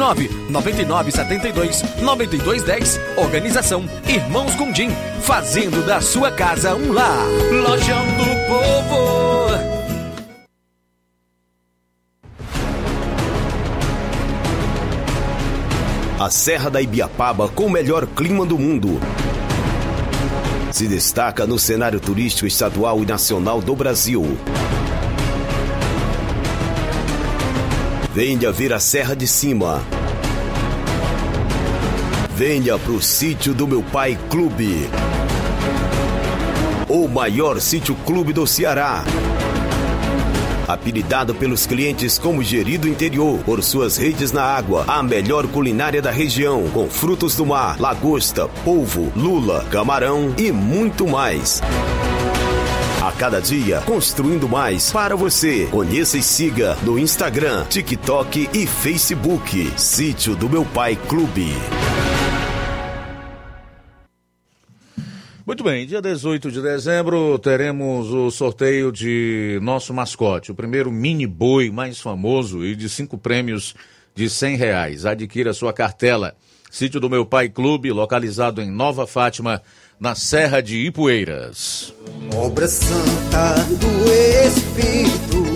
99972-9210. Organização Irmãos Gondim, fazendo da sua casa um lar. Lojão do Povo. A Serra da Ibiapaba, com o melhor clima do mundo, se destaca no cenário turístico estadual e nacional do Brasil. Venha ver a Serra de Cima. Venha pro Sítio do Meu Pai Clube, o maior sítio clube do Ceará. Apelidado pelos clientes como Gerido Interior, por suas redes na água, a melhor culinária da região, com frutos do mar, lagosta, polvo, lula, camarão e muito mais. A cada dia, construindo mais para você. Conheça e siga no Instagram, TikTok e Facebook. Sítio do Meu Pai Clube. Muito bem, dia 18 de dezembro teremos o sorteio de nosso mascote, o primeiro mini boi mais famoso e de 5 prêmios de R$100. Adquira sua cartela. Sítio do Meu Pai Clube, localizado em Nova Fátima, na Serra de Ipueiras. Obra Santa do Espírito.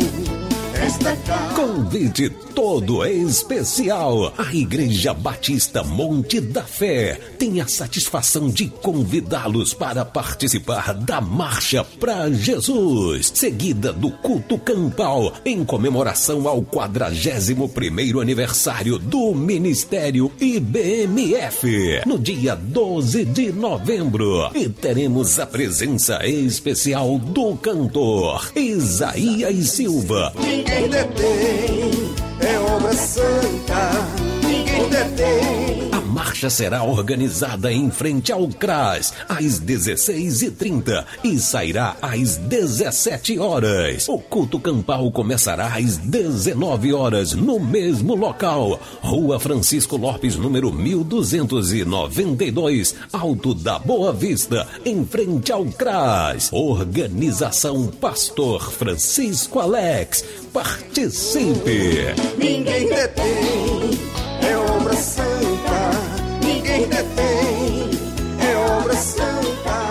Convite todo especial. A Igreja Batista Monte da Fé tem a satisfação de convidá-los para participar da Marcha para Jesus, seguida do culto campal, em comemoração ao 41º aniversário do Ministério IBMF, no dia 12 de novembro. E teremos a presença especial do cantor Isaías Silva. Ninguém detém, é obra santa, ninguém detém. A marcha será organizada em frente ao CRAS, às 16h30 e sairá às 17 horas. O culto campal começará às 19 horas no mesmo local, Rua Francisco Lopes, número 1292, Alto da Boa Vista, em frente ao CRAS. Organização Pastor Francisco Alex. Participe! Ninguém detém, é obra santa, ninguém detém, é obra santa.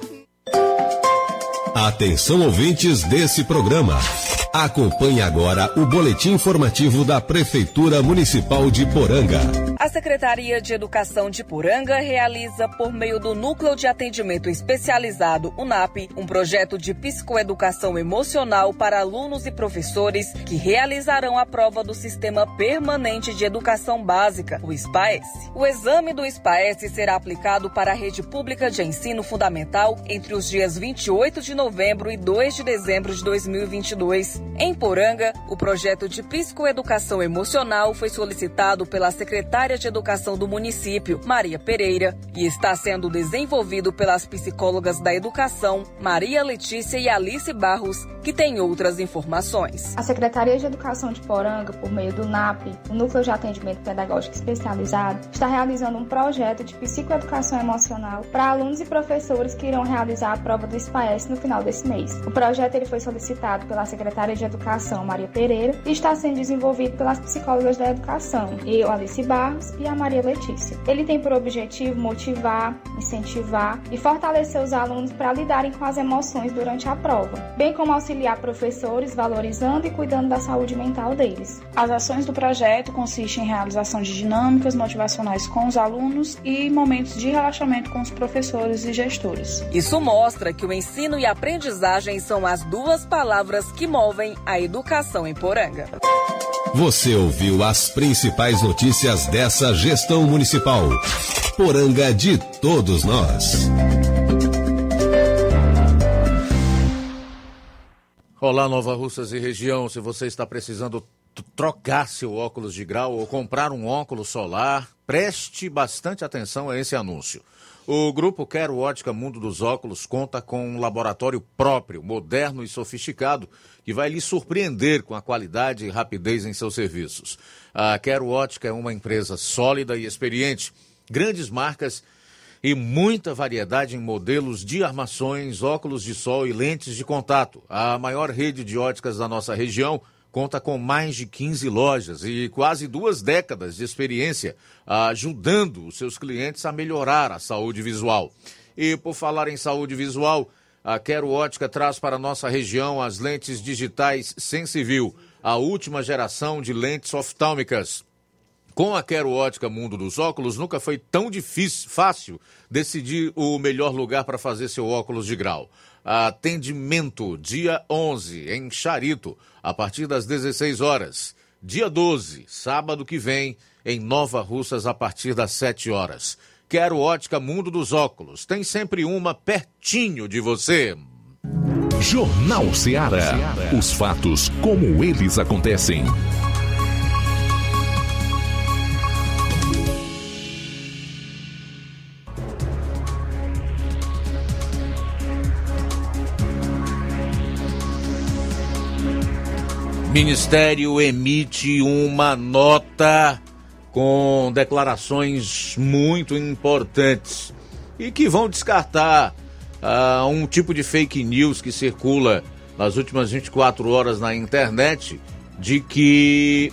Atenção, ouvintes desse programa. Acompanhe agora o boletim informativo da Prefeitura Municipal de Poranga. A Secretaria de Educação de Poranga realiza, por meio do Núcleo de Atendimento Especializado, UNAP, um projeto de psicoeducação emocional para alunos e professores que realizarão a prova do Sistema Permanente de Educação Básica, o SPAES. O exame do SPAES será aplicado para a rede pública de ensino fundamental entre os dias 28 de novembro e 2 de dezembro de 2022. Em Poranga, o projeto de psicoeducação emocional foi solicitado pela secretária de Educação do município, Maria Pereira, e está sendo desenvolvido pelas psicólogas da Educação, Maria Letícia e Alice Barros, que têm outras informações. A Secretaria de Educação de Poranga, por meio do NAP, o Núcleo de Atendimento Pedagógico Especializado, está realizando um projeto de psicoeducação emocional para alunos e professores que irão realizar a prova do SPAES no final desse mês. O projeto ele foi solicitado pela Secretaria de Educação, Maria Pereira, e está sendo desenvolvido pelas psicólogas da Educação, eu, Alice Barros, e a Maria Letícia. Ele tem por objetivo motivar, incentivar e fortalecer os alunos para lidarem com as emoções durante a prova, bem como auxiliar professores valorizando e cuidando da saúde mental deles. As ações do projeto consistem em realização de dinâmicas motivacionais com os alunos e momentos de relaxamento com os professores e gestores. Isso mostra que o ensino e a aprendizagem são as duas palavras que movem a educação em Poranga. Você ouviu as principais notícias dessa gestão municipal. Poranga de todos nós. Olá, Nova Russas e região. Se você está precisando trocar seu óculos de grau ou comprar um óculos solar, preste bastante atenção a esse anúncio. O grupo Quero Ótica Mundo dos Óculos conta com um laboratório próprio, moderno e sofisticado, que vai lhe surpreender com a qualidade e rapidez em seus serviços. A Quero Ótica é uma empresa sólida e experiente, grandes marcas e muita variedade em modelos de armações, óculos de sol e lentes de contato. A maior rede de óticas da nossa região conta com mais de 15 lojas e quase 2 décadas de experiência, ajudando os seus clientes a melhorar a saúde visual. E por falar em saúde visual, a Quero Ótica traz para a nossa região as lentes digitais Sensiview, a última geração de lentes oftálmicas. Com a Quero Ótica Mundo dos Óculos, nunca foi tão fácil decidir o melhor lugar para fazer seu óculos de grau. Atendimento dia 11 em Charito, a partir das 16 horas. Dia 12, sábado que vem, em Nova Russas, a partir das 7 horas. Quero Ótica Mundo dos Óculos. Tem sempre uma pertinho de você. Jornal Ceará. Os fatos como eles acontecem. Ministério emite uma nota com declarações muito importantes e que vão descartar um tipo de fake news que circula nas últimas 24 horas na internet, de que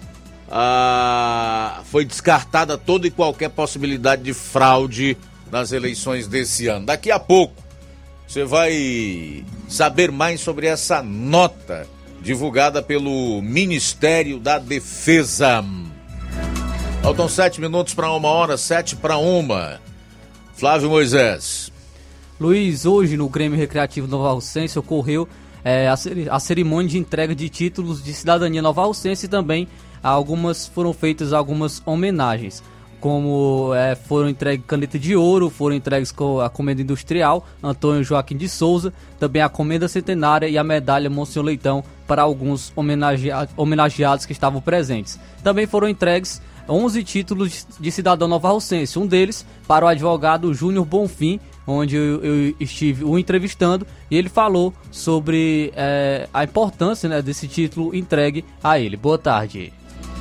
foi descartada toda e qualquer possibilidade de fraude nas eleições desse ano. Daqui a pouco você vai saber mais sobre essa nota divulgada pelo Ministério da Defesa. Faltam 7 minutos para 1h, 7 para 1. Flávio Moisés. Luiz, hoje no Grêmio Recreativo Novarrocense ocorreu a cerimônia de entrega de títulos de cidadania novarrocense e também foram feitas algumas homenagens. Como foram entregues caneta de ouro, foram entregues a comenda industrial Antônio Joaquim de Souza, também a comenda centenária e a medalha Monsenhor Leitão para alguns homenageados que estavam presentes. Também foram entregues 11 títulos de cidadão novarrocense, um deles para o advogado Júnior Bonfim, onde eu estive o entrevistando, e ele falou sobre a importância, desse título entregue a ele. Boa tarde.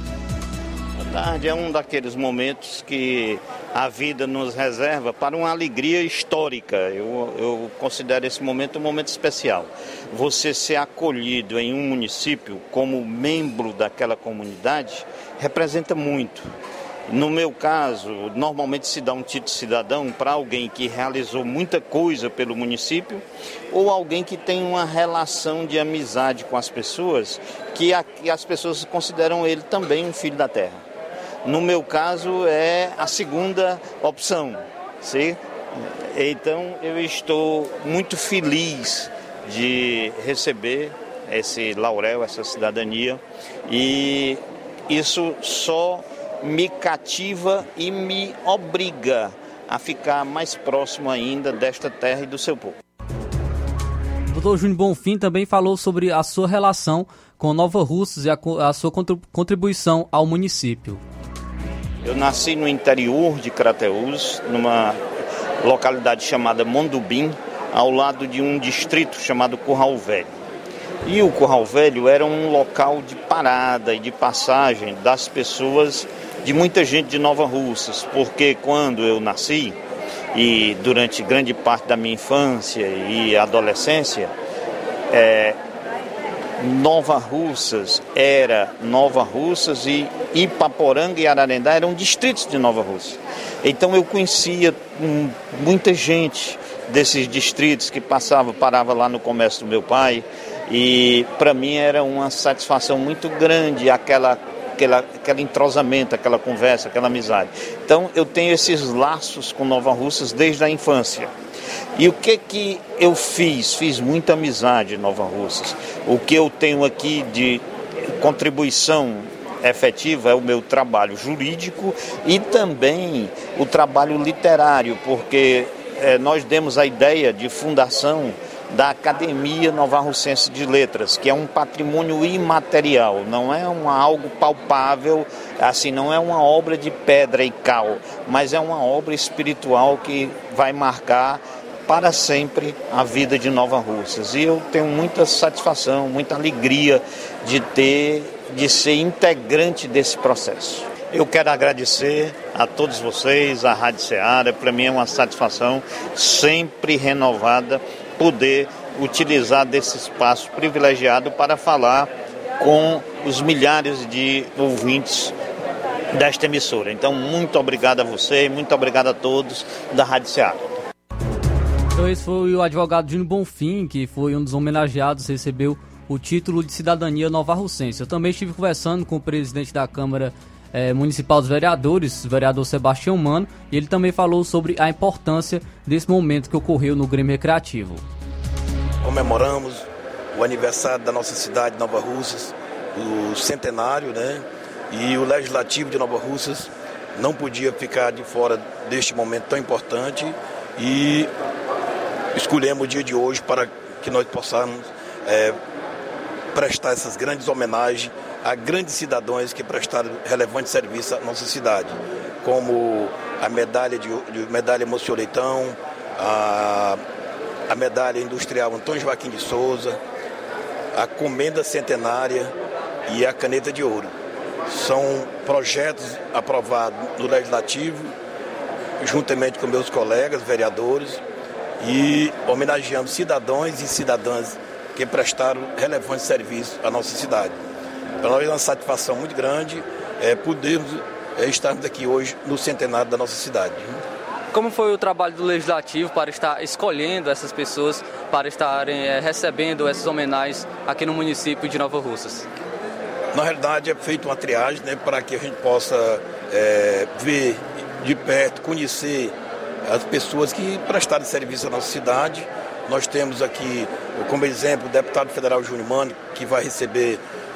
Tarde é um daqueles momentos que a vida nos reserva para uma alegria histórica. Eu considero esse momento um momento especial. Você ser acolhido em um município como membro daquela comunidade representa muito. No meu caso, normalmente se dá um título de cidadão para alguém que realizou muita coisa pelo município ou alguém que tem uma relação de amizade com as pessoas, que as pessoas consideram ele também um filho da terra. No meu caso é a segunda opção, sim? Então eu estou muito feliz de receber esse laurel, essa cidadania, e isso só me cativa e me obriga a ficar mais próximo ainda desta terra e do seu povo. O Dr. Júnior Bonfim também falou sobre a sua relação com Nova Russas e a sua contribuição ao município. Eu nasci no interior de Crateús, numa localidade chamada Mondubim, ao lado de um distrito chamado Curral Velho. E o Curral Velho era um local de parada e de passagem das pessoas, de muita gente de Nova Russas, porque quando eu nasci, e durante grande parte da minha infância e adolescência, Nova Russas era Nova Russas e Ipaporanga e Ararendá eram distritos de Nova Russas. Então eu conhecia muita gente desses distritos que parava lá no comércio do meu pai, e para mim era uma satisfação muito grande aquele entrosamento, aquela conversa, aquela amizade. Então eu tenho esses laços com Nova Russas desde a infância. E o que eu fiz? Fiz muita amizade em Nova Russas. O que eu tenho aqui de contribuição efetiva é o meu trabalho jurídico e também o trabalho literário, porque nós demos a ideia de fundação da Academia Novarrocense de Letras, que é um patrimônio imaterial, não é algo palpável, assim, não é uma obra de pedra e cal, mas é uma obra espiritual que vai marcar para sempre a vida de Nova Russas. E eu tenho muita satisfação, muita alegria de ser integrante desse processo. Eu quero agradecer a todos vocês, a Rádio Ceará. Para mim é uma satisfação sempre renovada poder utilizar desse espaço privilegiado para falar com os milhares de ouvintes desta emissora. Então, muito obrigado a você, muito obrigado a todos da Rádio Ceará. Então esse foi o advogado Júnior Bonfim, que foi um dos homenageados, recebeu o título de cidadania novarrocense. Eu também estive conversando com o presidente da Câmara Municipal dos Vereadores, o vereador Sebastião Mano, e ele também falou sobre a importância desse momento que ocorreu no Grêmio Recreativo. Comemoramos o aniversário da nossa cidade, Nova Russas, o centenário, né? E o Legislativo de Nova Russas não podia ficar de fora deste momento tão importante e escolhemos o dia de hoje para que nós possamos prestar essas grandes homenagens a grandes cidadãos que prestaram relevante serviço à nossa cidade, como a medalha medalha Mocio Leitão, a medalha industrial Antônio Joaquim de Souza, a comenda centenária e a caneta de ouro. São projetos aprovados no Legislativo, juntamente com meus colegas vereadores, e homenageando cidadãos e cidadãs que prestaram relevante serviço à nossa cidade. Para nós é uma satisfação muito grande podermos estarmos aqui hoje no centenário da nossa cidade. Como foi o trabalho do Legislativo para estar escolhendo essas pessoas para estarem recebendo essas homenagens aqui no município de Nova Russas? Na realidade é feita uma triagem, né, para que a gente possa ver de perto, conhecer as pessoas que prestaram serviço à nossa cidade. Nós temos aqui, como exemplo, o deputado federal Júnior Mano, que vai receber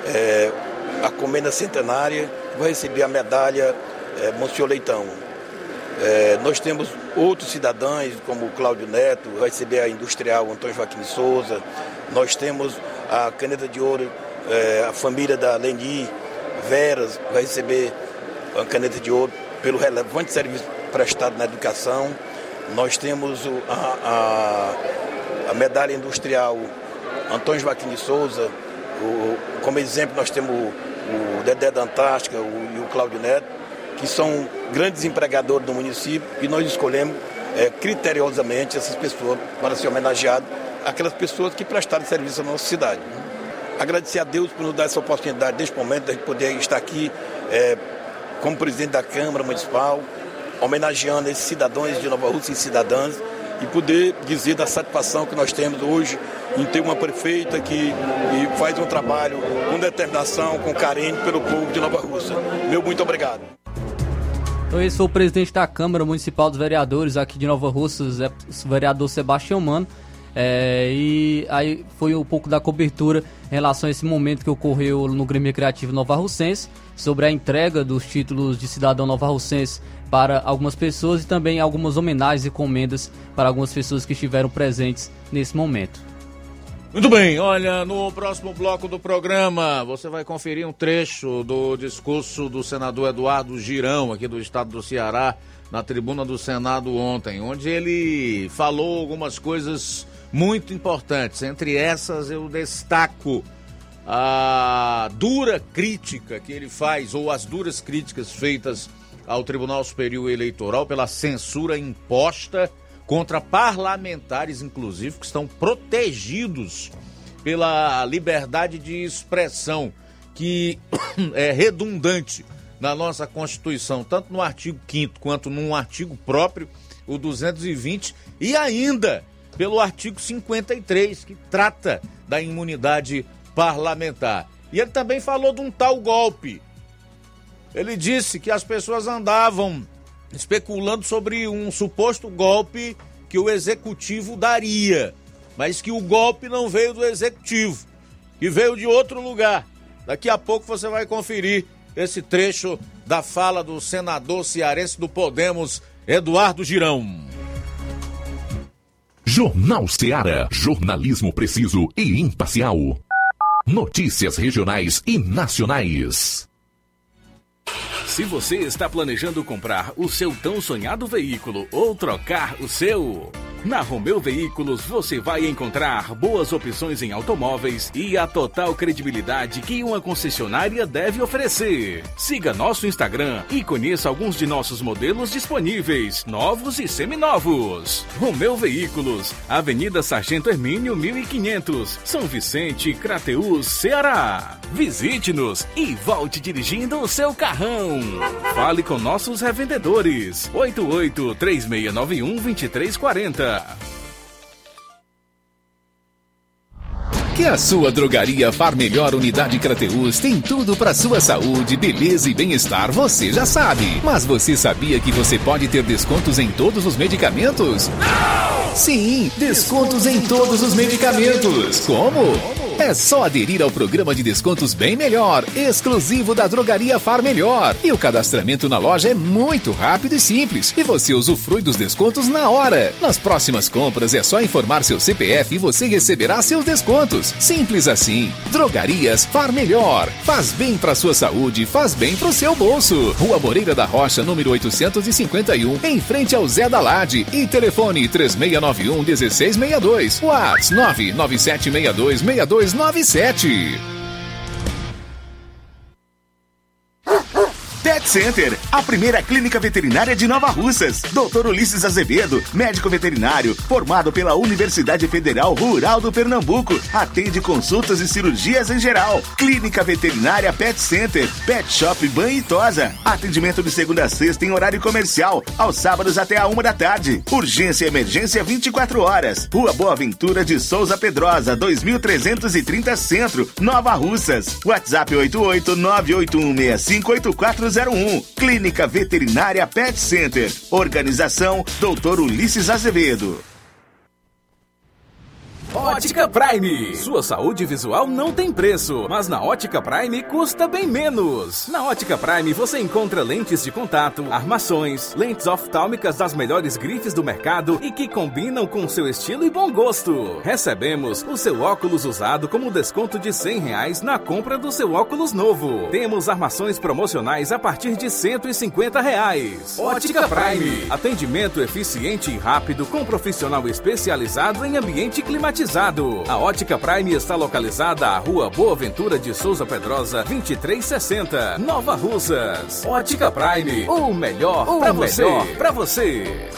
a comenda centenária, vai receber a medalha Mocio Leitão. Nós temos outros cidadãos, como o Cláudio Neto, vai receber a industrial Antônio Joaquim de Souza. Nós temos a caneta de ouro, a família da Leni Veras vai receber a caneta de ouro pelo relevante serviço prestado na educação. Nós temos a medalha industrial Antônio Joaquim de Souza. Como exemplo, nós temos o Dedé da Antártica e o Cláudio Neto, que são grandes empregadores do município, e nós escolhemos criteriosamente essas pessoas para ser homenageadas, aquelas pessoas que prestaram serviço à nossa cidade. Agradecer a Deus por nos dar essa oportunidade, neste momento, de poder estar aqui como presidente da Câmara Municipal, homenageando esses cidadãos de Nova Russas e cidadãs, e poder dizer da satisfação que nós temos hoje em ter uma prefeita que faz um trabalho com determinação, com carinho pelo povo de Nova Russas. Meu muito obrigado. Então esse foi o presidente da Câmara Municipal dos Vereadores aqui de Nova Russas, o vereador Sebastião Mano. E aí foi um pouco da cobertura em relação a esse momento que ocorreu no Grêmio Recreativo Novarrocense, sobre a entrega dos títulos de cidadão novarrocense para algumas pessoas e também algumas homenagens e comendas para algumas pessoas que estiveram presentes nesse momento. Muito bem, olha, no próximo bloco do programa você vai conferir um trecho do discurso do senador Eduardo Girão, aqui do estado do Ceará, na tribuna do Senado ontem, onde ele falou algumas coisas muito importantes. Entre essas eu destaco a dura crítica que ele faz, ou as duras críticas feitas ao Tribunal Superior Eleitoral pela censura imposta contra parlamentares, inclusive, que estão protegidos pela liberdade de expressão, que é redundante na nossa Constituição, tanto no artigo 5º quanto num artigo próprio, o 220, e ainda pelo artigo 53, que trata da imunidade parlamentar. E ele também falou de um tal golpe. Ele disse que as pessoas andavam especulando sobre um suposto golpe que o executivo daria, mas que o golpe não veio do executivo, que veio de outro lugar. Daqui a pouco você vai conferir esse trecho da fala do senador cearense do Podemos, Eduardo Girão. Jornal Ceará. Jornalismo preciso e imparcial. Notícias regionais e nacionais. Se você está planejando comprar o seu tão sonhado veículo ou trocar o seu, na Romeu Veículos você vai encontrar boas opções em automóveis e a total credibilidade que uma concessionária deve oferecer. Siga nosso Instagram e conheça alguns de nossos modelos disponíveis, novos e seminovos. Romeu Veículos, Avenida Sargento Hermínio 1500, São Vicente, Crateús, Ceará. Visite-nos e volte dirigindo o seu carrão. Fale com nossos revendedores. 88-3691-2340. Que a sua drogaria Far Melhor Unidade Crateús tem tudo para sua saúde, beleza e bem-estar, você já sabe. Mas você sabia que você pode ter descontos em todos os medicamentos? Não! Sim, descontos em todos os medicamentos. Como? É só aderir ao programa de descontos Bem Melhor, exclusivo da Drogaria Far Melhor. E o cadastramento na loja é muito rápido e simples. E você usufrui dos descontos na hora. Nas próximas compras é só informar seu CPF e você receberá seus descontos. Simples assim. Drogarias Far Melhor. Faz bem para sua saúde, faz bem para o seu bolso. Rua Moreira da Rocha, número 851, em frente ao Zé da Lade. E telefone 3691-1662. WhatsApp 997626297. Pet Center, a primeira clínica veterinária de Nova Russas. Dr. Ulisses Azevedo, médico veterinário, formado pela Universidade Federal Rural do Pernambuco. Atende consultas e cirurgias em geral. Clínica Veterinária Pet Center, Pet Shop Banho e Tosa. Atendimento de segunda a sexta em horário comercial, aos sábados até a 1 da tarde. Urgência e emergência 24 horas. Rua Boa Ventura de Souza Pedrosa, 2330 Centro, Nova Russas. WhatsApp 88-981658401. Clínica Veterinária Pet Center. Organização Dr. Ulisses Azevedo. Ótica Prime. Sua saúde visual não tem preço, mas na Ótica Prime custa bem menos. Na Ótica Prime você encontra lentes de contato, armações, lentes oftálmicas das melhores grifes do mercado e que combinam com seu estilo e bom gosto. Recebemos o seu óculos usado como desconto de R$100 na compra do seu óculos novo. Temos armações promocionais a partir de R$150. Ótica Prime. Atendimento eficiente e rápido com profissional especializado em ambiente climatizado. A Ótica Prime está localizada à Rua Boa Ventura de Souza Pedrosa, 2360, Nova Russas. Ótica Prime, o melhor para você.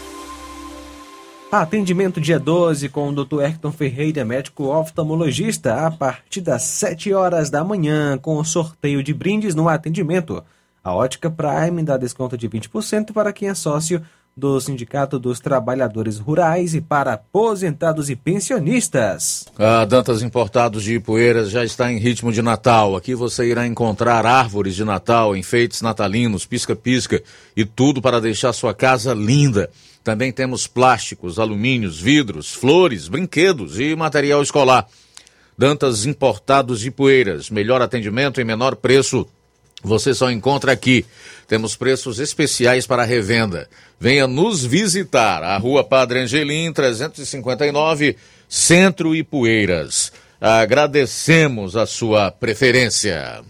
Atendimento dia 12 com o Dr. Hector Ferreira, médico oftalmologista, a partir das 7 horas da manhã, com o sorteio de brindes no atendimento. A Ótica Prime dá desconto de 20% para quem é sócio do Sindicato dos Trabalhadores Rurais e para aposentados e pensionistas. A Dantas Importados de Ipueiras já está em ritmo de Natal. Aqui você irá encontrar árvores de Natal, enfeites natalinos, pisca-pisca e tudo para deixar sua casa linda. Também temos plásticos, alumínios, vidros, flores, brinquedos e material escolar. Dantas Importados de Ipueiras, melhor atendimento e menor preço. Você só encontra aqui. Temos preços especiais para revenda. Venha nos visitar. A Rua Padre Angelim, 359, Centro Ipueiras. Agradecemos a sua preferência.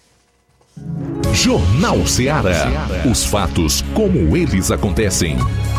Jornal Ceará. Os fatos como eles acontecem.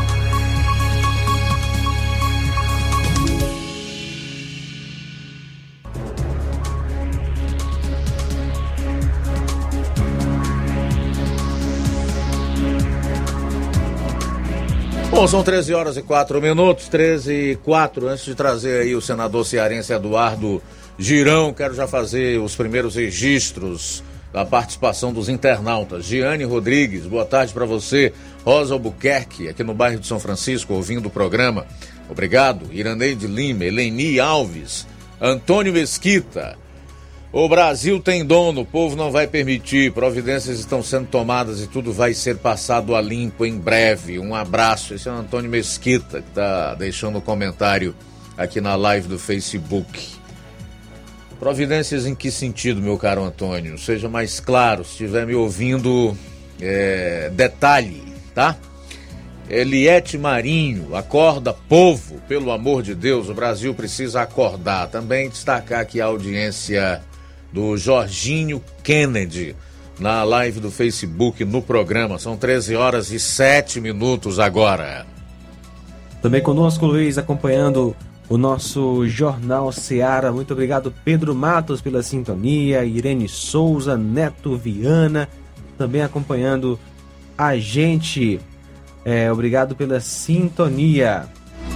Bom, são 13 horas e 4 minutos, 13 e 4. Antes de trazer aí o senador cearense Eduardo Girão, quero já fazer os primeiros registros da participação dos internautas. Giane Rodrigues, boa tarde para você. Rosa Albuquerque, aqui no bairro de São Francisco, ouvindo o programa. Obrigado. Iraneide Lima, Eleni Alves, Antônio Mesquita. O Brasil tem dono, o povo não vai permitir, providências estão sendo tomadas e tudo vai ser passado a limpo em breve. Um abraço. Esse é o Antônio Mesquita, que está deixando um comentário aqui na live do Facebook. Providências em que sentido, meu caro Antônio? Seja mais claro, se estiver me ouvindo, detalhe, tá? Eliete Marinho, acorda povo, pelo amor de Deus, o Brasil precisa acordar. Também destacar aqui a audiência do Jorginho Kennedy na live do Facebook no programa. São 13h07 agora. Também conosco, Luiz, acompanhando o nosso Jornal Seara. Muito obrigado, Pedro Matos, pela sintonia, Irene Souza, Neto Viana, também acompanhando a gente. Obrigado pela sintonia.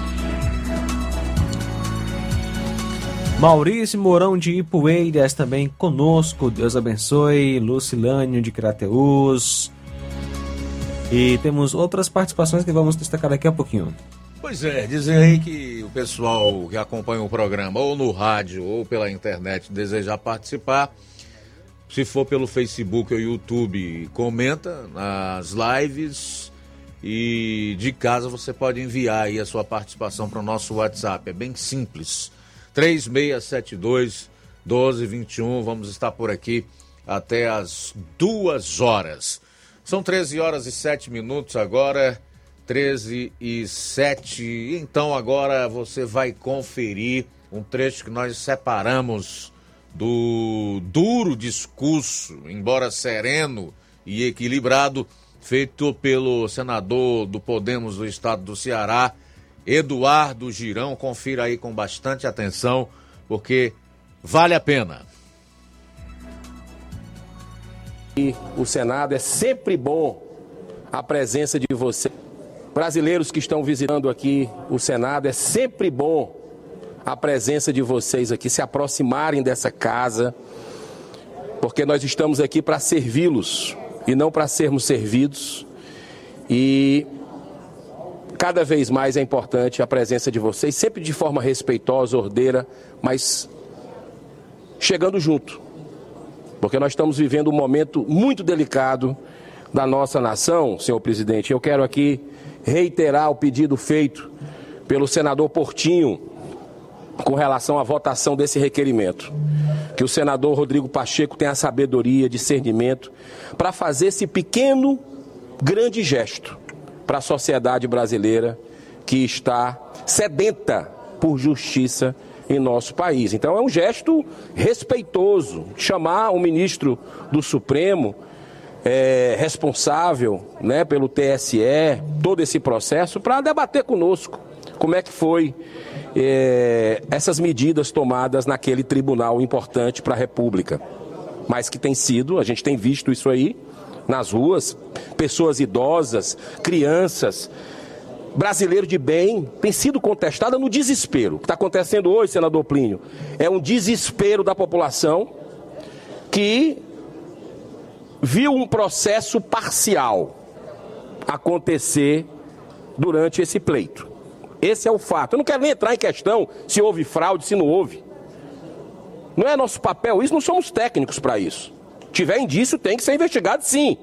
Maurício Mourão de Ipueiras também conosco. Deus abençoe. Lucilânio de Crateús. E temos outras participações que vamos destacar daqui a pouquinho. Pois é, dizem aí que o pessoal que acompanha o programa ou no rádio ou pela internet desejar participar, se for pelo Facebook ou YouTube, comenta nas lives e de casa você pode enviar aí a sua participação para o nosso WhatsApp. É bem simples, 3672-1221, vamos estar por aqui até as 2 horas. São 13h07 agora, 13h07. Então agora você vai conferir um trecho que nós separamos do duro discurso, embora sereno e equilibrado, feito pelo senador do Podemos do estado do Ceará, Eduardo Girão. Confira aí com bastante atenção, porque vale a pena. E o Senado, é sempre bom a presença de você. Brasileiros que estão visitando aqui o Senado, é sempre bom a presença de vocês aqui, se aproximarem dessa casa, porque nós estamos aqui para servi-los e não para sermos servidos. E cada vez mais é importante a presença de vocês, sempre de forma respeitosa, ordeira, mas chegando junto, porque nós estamos vivendo um momento muito delicado da nossa nação, senhor presidente. Eu quero aqui reiterar o pedido feito pelo senador Portinho com relação à votação desse requerimento. Que o senador Rodrigo Pacheco tenha a sabedoria, discernimento para fazer esse pequeno, grande gesto para a sociedade brasileira que está sedenta por justiça em nosso país. Então é um gesto respeitoso, chamar o ministro do Supremo, responsável, né, pelo TSE, todo esse processo, para debater conosco como é que foi essas medidas tomadas naquele tribunal importante para a República. Mas que tem sido, a gente tem visto isso aí nas ruas, pessoas idosas, crianças, brasileiro de bem, tem sido contestada no desespero. O que está acontecendo hoje, senador Plínio, é um desespero da população que viu um processo parcial acontecer durante esse pleito. Esse é o fato. Eu não quero nem entrar em questão se houve fraude, se não houve. Não é nosso papel isso, não somos técnicos para isso. Tiver indício, tem que ser investigado, sim.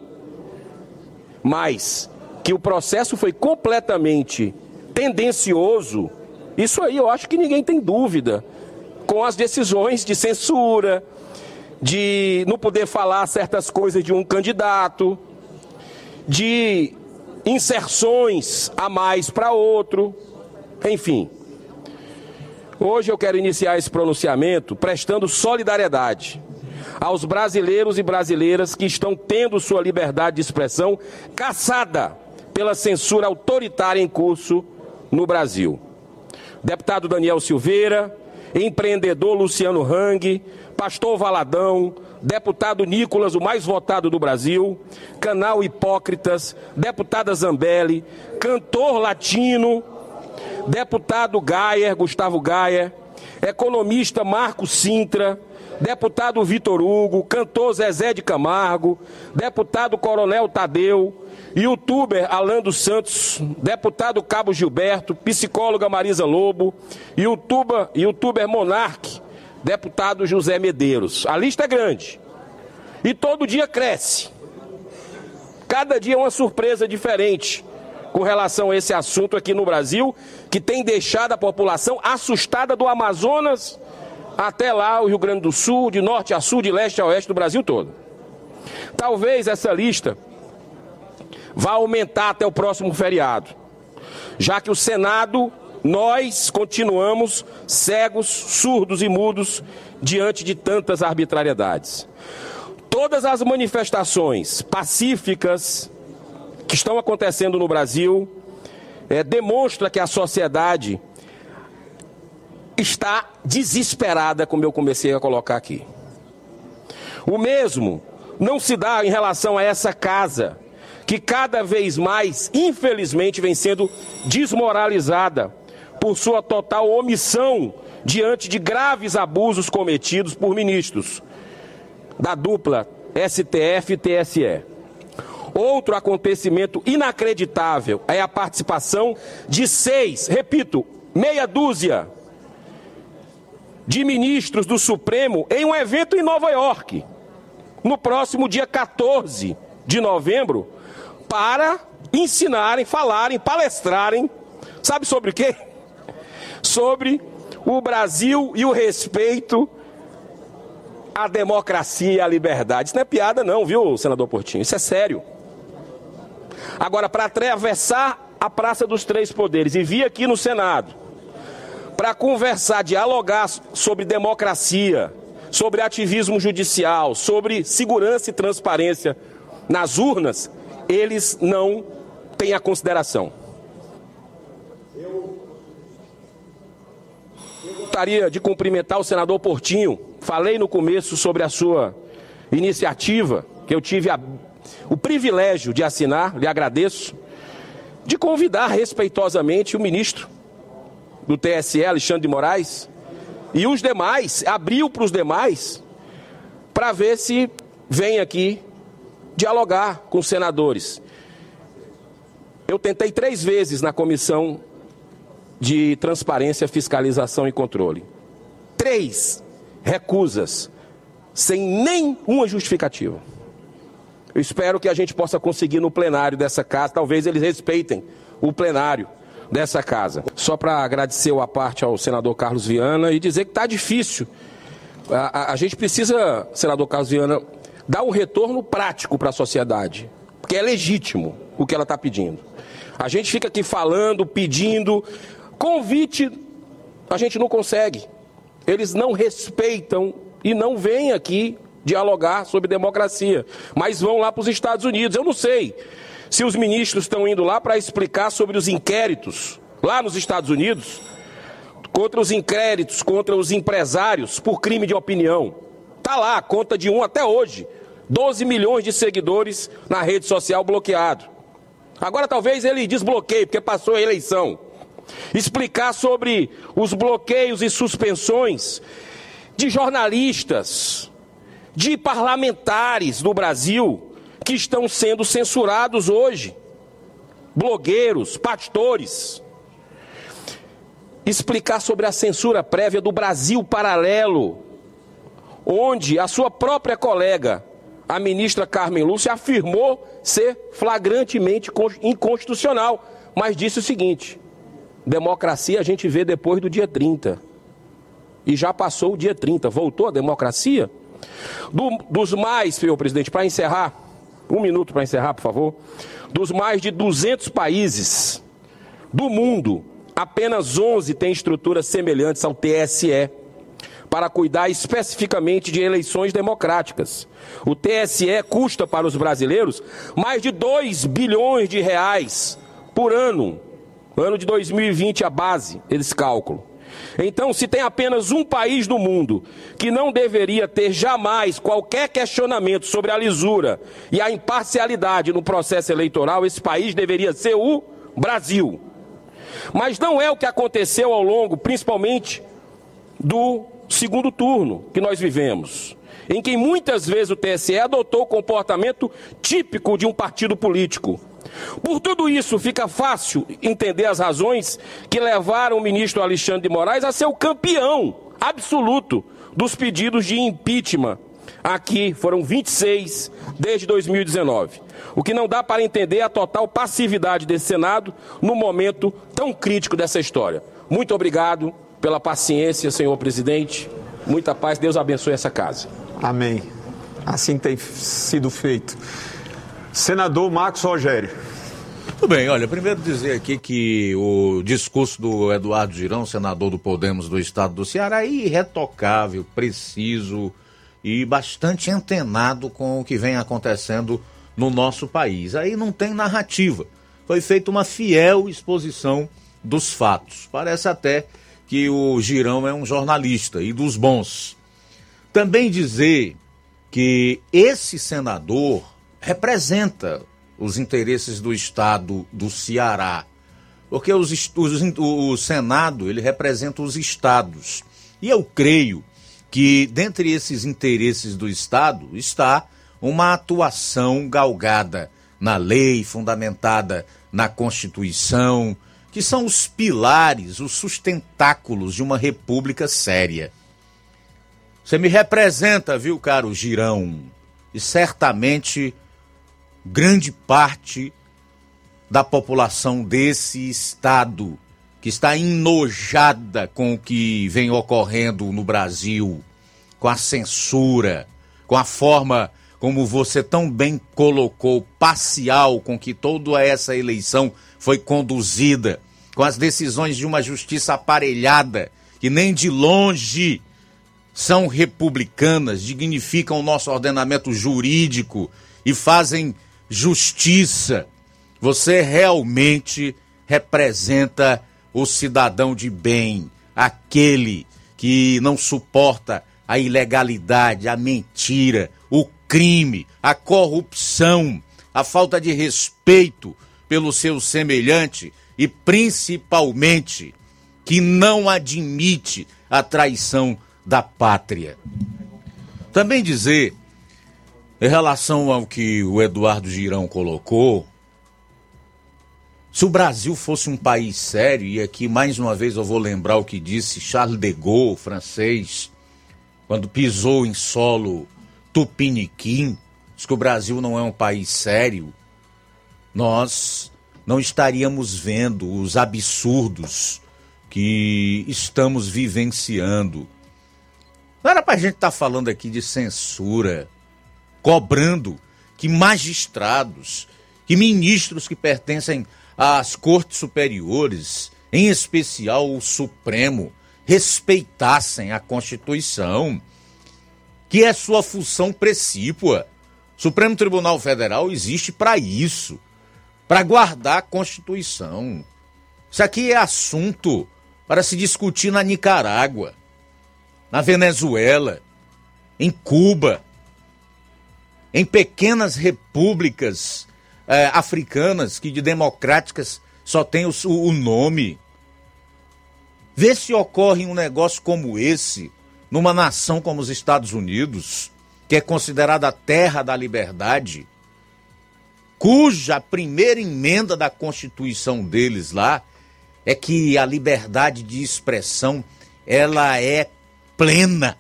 Mas que o processo foi completamente tendencioso, isso aí eu acho que ninguém tem dúvida. Com as decisões de censura, de não poder falar certas coisas de um candidato, de inserções a mais para outro, enfim. Hoje eu quero iniciar esse pronunciamento prestando solidariedade aos brasileiros e brasileiras que estão tendo sua liberdade de expressão cassada pela censura autoritária em curso no Brasil. Deputado Daniel Silveira, empreendedor Luciano Hang, pastor Valadão, deputado Nicolas, o mais votado do Brasil, canal Hipócritas, deputada Zambelli, cantor latino, deputado Gayer, Gustavo Gayer, economista Marco Sintra, deputado Vitor Hugo, cantor Zezé de Camargo, deputado Coronel Tadeu, youtuber Alan dos Santos, deputado Cabo Gilberto, psicóloga Marisa Lobo, youtuber Monarque, deputado José Medeiros. A lista é grande e todo dia cresce. Cada dia é uma surpresa diferente com relação a esse assunto aqui no Brasil, que tem deixado a população assustada do Amazonas até lá o Rio Grande do Sul, de norte a sul, de leste a oeste do Brasil todo. Talvez essa lista vá aumentar até o próximo feriado. já que o Senado, nós continuamos cegos, surdos e mudos diante de tantas arbitrariedades. Todas as manifestações pacíficas que estão acontecendo no Brasil demonstra que a sociedade está desesperada, como eu comecei a colocar aqui. O mesmo não se dá em relação a essa casa, que cada vez mais, infelizmente, vem sendo desmoralizada por sua total omissão diante de graves abusos cometidos por ministros da dupla STF e TSE. Outro acontecimento inacreditável é a participação de 6, repito, meia dúzia de ministros do Supremo em um evento em Nova York, no próximo dia 14 de novembro, para ensinarem, falarem, palestrarem, sabe sobre o quê? Sobre o Brasil e o respeito à democracia e à liberdade. Isso não é piada não, viu, senador Portinho? Isso é sério. Agora, para atravessar a Praça dos Três Poderes e vir aqui no Senado, para conversar, dialogar sobre democracia, sobre ativismo judicial, sobre segurança e transparência nas urnas, eles não têm a consideração. Eu gostaria de cumprimentar o senador Portinho. Falei no começo sobre a sua iniciativa, que eu tive o privilégio de assinar, lhe agradeço, de convidar respeitosamente o ministro do TSE, Alexandre de Moraes, e os demais, abriu para os demais, para ver se vem aqui dialogar com os senadores. Eu tentei 3 vezes na Comissão de Transparência, Fiscalização e Controle. 3 recusas, sem nenhuma justificativa. Eu espero que a gente possa conseguir no plenário dessa casa, talvez eles respeitem o plenário dessa casa. Só para agradecer a parte ao senador Carlos Viana e dizer que está difícil. A gente precisa, senador Carlos Viana, dar um retorno prático para a sociedade, porque é legítimo o que ela está pedindo. A gente fica aqui falando, pedindo, convite, a gente não consegue. Eles não respeitam e não vêm aqui dialogar sobre democracia, mas vão lá para os Estados Unidos. Eu não sei se os ministros estão indo lá para explicar sobre os inquéritos lá nos Estados Unidos, contra os inquéritos, contra os empresários por crime de opinião. Está lá a conta de um até hoje, 12 milhões de seguidores na rede social bloqueado. Agora talvez ele desbloqueie, porque passou a eleição. Explicar sobre os bloqueios e suspensões de jornalistas, de parlamentares do Brasil que estão sendo censurados hoje, blogueiros, pastores. Explicar sobre a censura prévia do Brasil Paralelo, onde a sua própria colega, a ministra Carmen Lúcia, afirmou ser flagrantemente inconstitucional, mas disse o seguinte: democracia a gente vê depois do dia 30. E já passou o dia 30, voltou a democracia? Dos mais, senhor presidente, para encerrar, 1 minuto para encerrar, por favor. Dos mais de 200 países do mundo, apenas 11 têm estruturas semelhantes ao TSE, para cuidar especificamente de eleições democráticas. O TSE custa para os brasileiros mais de 2 bilhões de reais por ano. Ano de 2020, a base, eles calculam. Então, se tem apenas um país no mundo que não deveria ter jamais qualquer questionamento sobre a lisura e a imparcialidade no processo eleitoral, esse país deveria ser o Brasil. Mas não é o que aconteceu ao longo, principalmente, do segundo turno que nós vivemos, em que muitas vezes o TSE adotou o comportamento típico de um partido político. Por tudo isso, fica fácil entender as razões que levaram o ministro Alexandre de Moraes a ser o campeão absoluto dos pedidos de impeachment. Aqui foram 26 desde 2019. O que não dá para entender é a total passividade desse Senado no momento tão crítico dessa história. Muito obrigado pela paciência, senhor presidente. Muita paz, Deus abençoe essa casa. Amém. Assim tem sido feito. Senador Marcos Rogério. Tudo bem, olha, primeiro dizer aqui que o discurso do Eduardo Girão, senador do Podemos do estado do Ceará, é irretocável, preciso e bastante antenado com o que vem acontecendo no nosso país. Aí não tem narrativa, foi feita uma fiel exposição dos fatos. Parece até que o Girão é um jornalista e dos bons. Também dizer que esse senador representa os interesses do estado do Ceará, porque o Senado, ele representa os estados, e eu creio que dentre esses interesses do estado está uma atuação galgada na lei, fundamentada na Constituição, que são os pilares, os sustentáculos de uma república séria. Você me representa, viu, caro Girão, e certamente grande parte da população desse estado que está enojada com o que vem ocorrendo no Brasil, com a censura, com a forma como você tão bem colocou, parcial, com que toda essa eleição foi conduzida, com as decisões de uma justiça aparelhada, que nem de longe são republicanas, dignificam o nosso ordenamento jurídico e fazem justiça. Você realmente representa o cidadão de bem, aquele que não suporta a ilegalidade, a mentira, o crime, a corrupção, a falta de respeito pelo seu semelhante e principalmente que não admite a traição da pátria. Também dizer, em relação ao que o Eduardo Girão colocou, se o Brasil fosse um país sério, e aqui mais uma vez eu vou lembrar o que disse Charles de Gaulle, francês, quando pisou em solo tupiniquim, diz que o Brasil não é um país sério, nós não estaríamos vendo os absurdos que estamos vivenciando. Não era pra gente estar falando aqui de censura, cobrando que magistrados, que ministros que pertencem às cortes superiores, em especial o Supremo, respeitassem a Constituição, que é sua função precípua. O Supremo Tribunal Federal existe para isso, para guardar a Constituição. Isso aqui é assunto para se discutir na Nicarágua, na Venezuela, em Cuba, em pequenas repúblicas africanas que de democráticas só tem o nome. Vê se ocorre um negócio como esse numa nação como os Estados Unidos, que é considerada a terra da liberdade, cuja primeira emenda da Constituição deles lá é que a liberdade de expressão ela é plena.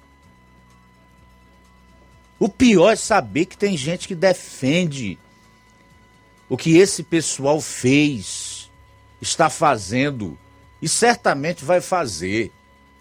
O pior é saber que tem gente que defende o que esse pessoal fez, está fazendo e certamente vai fazer.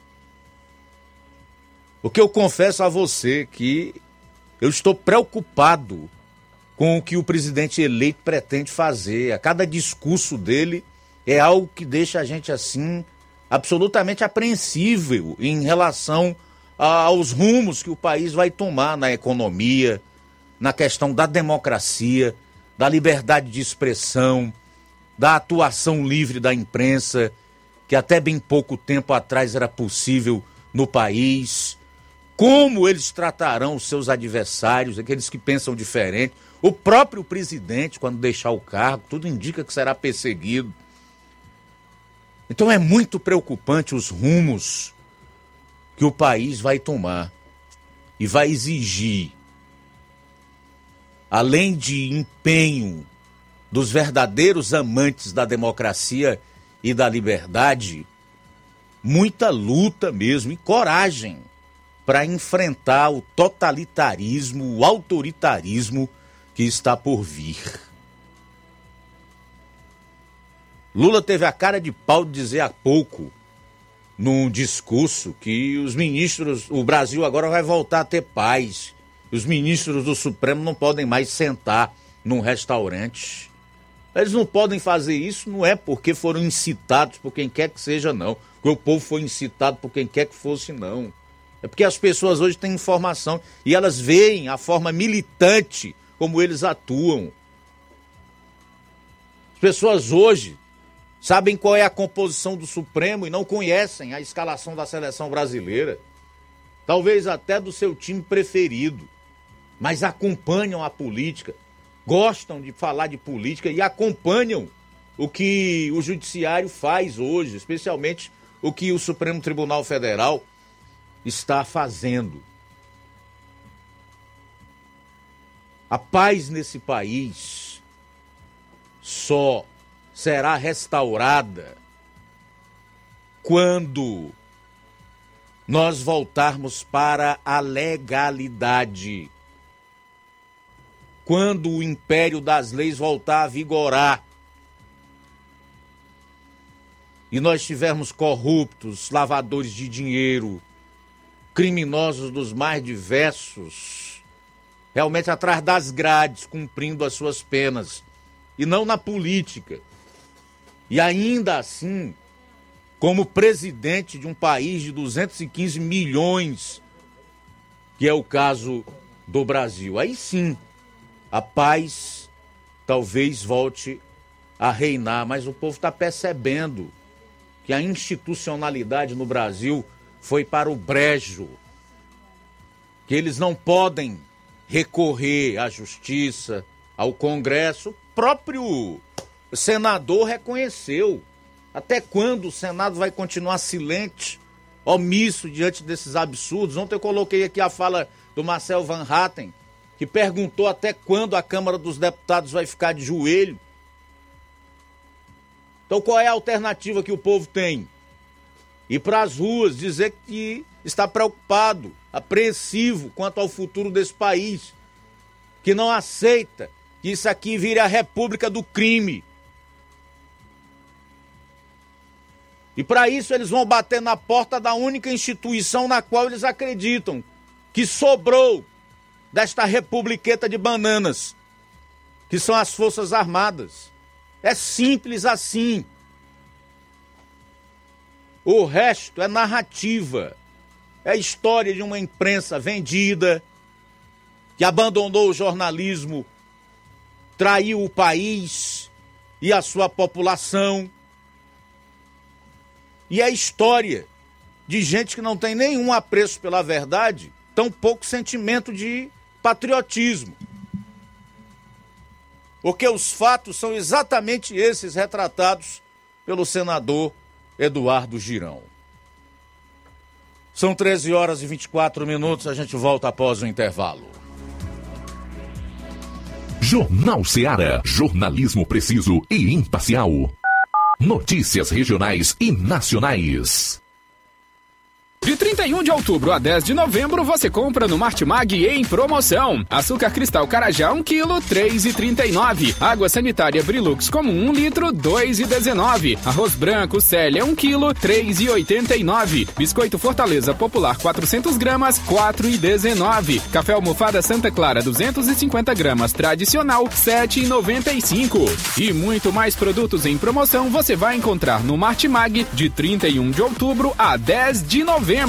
O que eu confesso a você que eu estou preocupado com o que o presidente eleito pretende fazer. A cada discurso dele é algo que deixa a gente assim absolutamente apreensível em relação aos rumos que o país vai tomar na economia, na questão da democracia, da liberdade de expressão, da atuação livre da imprensa, que até bem pouco tempo atrás era possível no país. Como eles tratarão os seus adversários, aqueles que pensam diferente. O próprio presidente, quando deixar o cargo, tudo indica que será perseguido. Então é muito preocupante os rumos que o país vai tomar e vai exigir, além de empenho dos verdadeiros amantes da democracia e da liberdade, muita luta mesmo e coragem para enfrentar o totalitarismo, o autoritarismo que está por vir. Lula teve a cara de pau de dizer há pouco, num discurso, que os ministros, o Brasil agora vai voltar a ter paz. Os ministros do Supremo não podem mais sentar num restaurante. Eles não podem fazer isso, não é porque foram incitados por quem quer que seja, não. Porque o povo foi incitado por quem quer que fosse, não. É porque as pessoas hoje têm informação e elas veem a forma militante como eles atuam. As pessoas hoje sabem qual é a composição do Supremo e não conhecem a escalação da seleção brasileira. Talvez até do seu time preferido. Mas acompanham a política, gostam de falar de política e acompanham o que o judiciário faz hoje, especialmente o que o Supremo Tribunal Federal está fazendo. A paz nesse país só será restaurada quando nós voltarmos para a legalidade. Quando o império das leis voltar a vigorar e nós tivermos corruptos, lavadores de dinheiro, criminosos dos mais diversos, realmente atrás das grades, cumprindo as suas penas, e não na política. E ainda assim, como presidente de um país de 215 milhões, que é o caso do Brasil. Aí sim, a paz talvez volte a reinar, mas o povo está percebendo que a institucionalidade no Brasil foi para o brejo, que eles não podem recorrer à justiça, ao Congresso. O próprio senador reconheceu. Até quando o Senado vai continuar silente, omisso diante desses absurdos? Ontem eu coloquei aqui a fala do Marcel Van Hatten, que perguntou até quando a Câmara dos Deputados vai ficar de joelho. Então qual é a alternativa que o povo tem? Ir para as ruas, dizer que está preocupado, apreensivo quanto ao futuro desse país, que não aceita que isso aqui vire a república do crime. E para isso eles vão bater na porta da única instituição na qual eles acreditam que sobrou desta republiqueta de bananas, que são as Forças Armadas. É simples assim. O resto é narrativa. É história de uma imprensa vendida, que abandonou o jornalismo, traiu o país e a sua população. E é história de gente que não tem nenhum apreço pela verdade, tão pouco sentimento de patriotismo. Porque os fatos são exatamente esses retratados pelo senador Eduardo Girão. São 13 horas e 24 minutos, a gente volta após o intervalo. Jornal Ceará, jornalismo preciso e imparcial. Notícias regionais e nacionais. De 31 de outubro a 10 de novembro, você compra no Martimag em promoção. Açúcar cristal Carajá 1 kg, 3,39. Água sanitária Brilux como 1 litro, 2,19. Arroz branco Célia 1 kg, 3,89. Biscoito Fortaleza Popular 400 gramas, 4,19. Café almofada Santa Clara 250 gramas tradicional, 7,95. E muito mais produtos em promoção você vai encontrar no Martimag de 31 de outubro a 10 de novembro.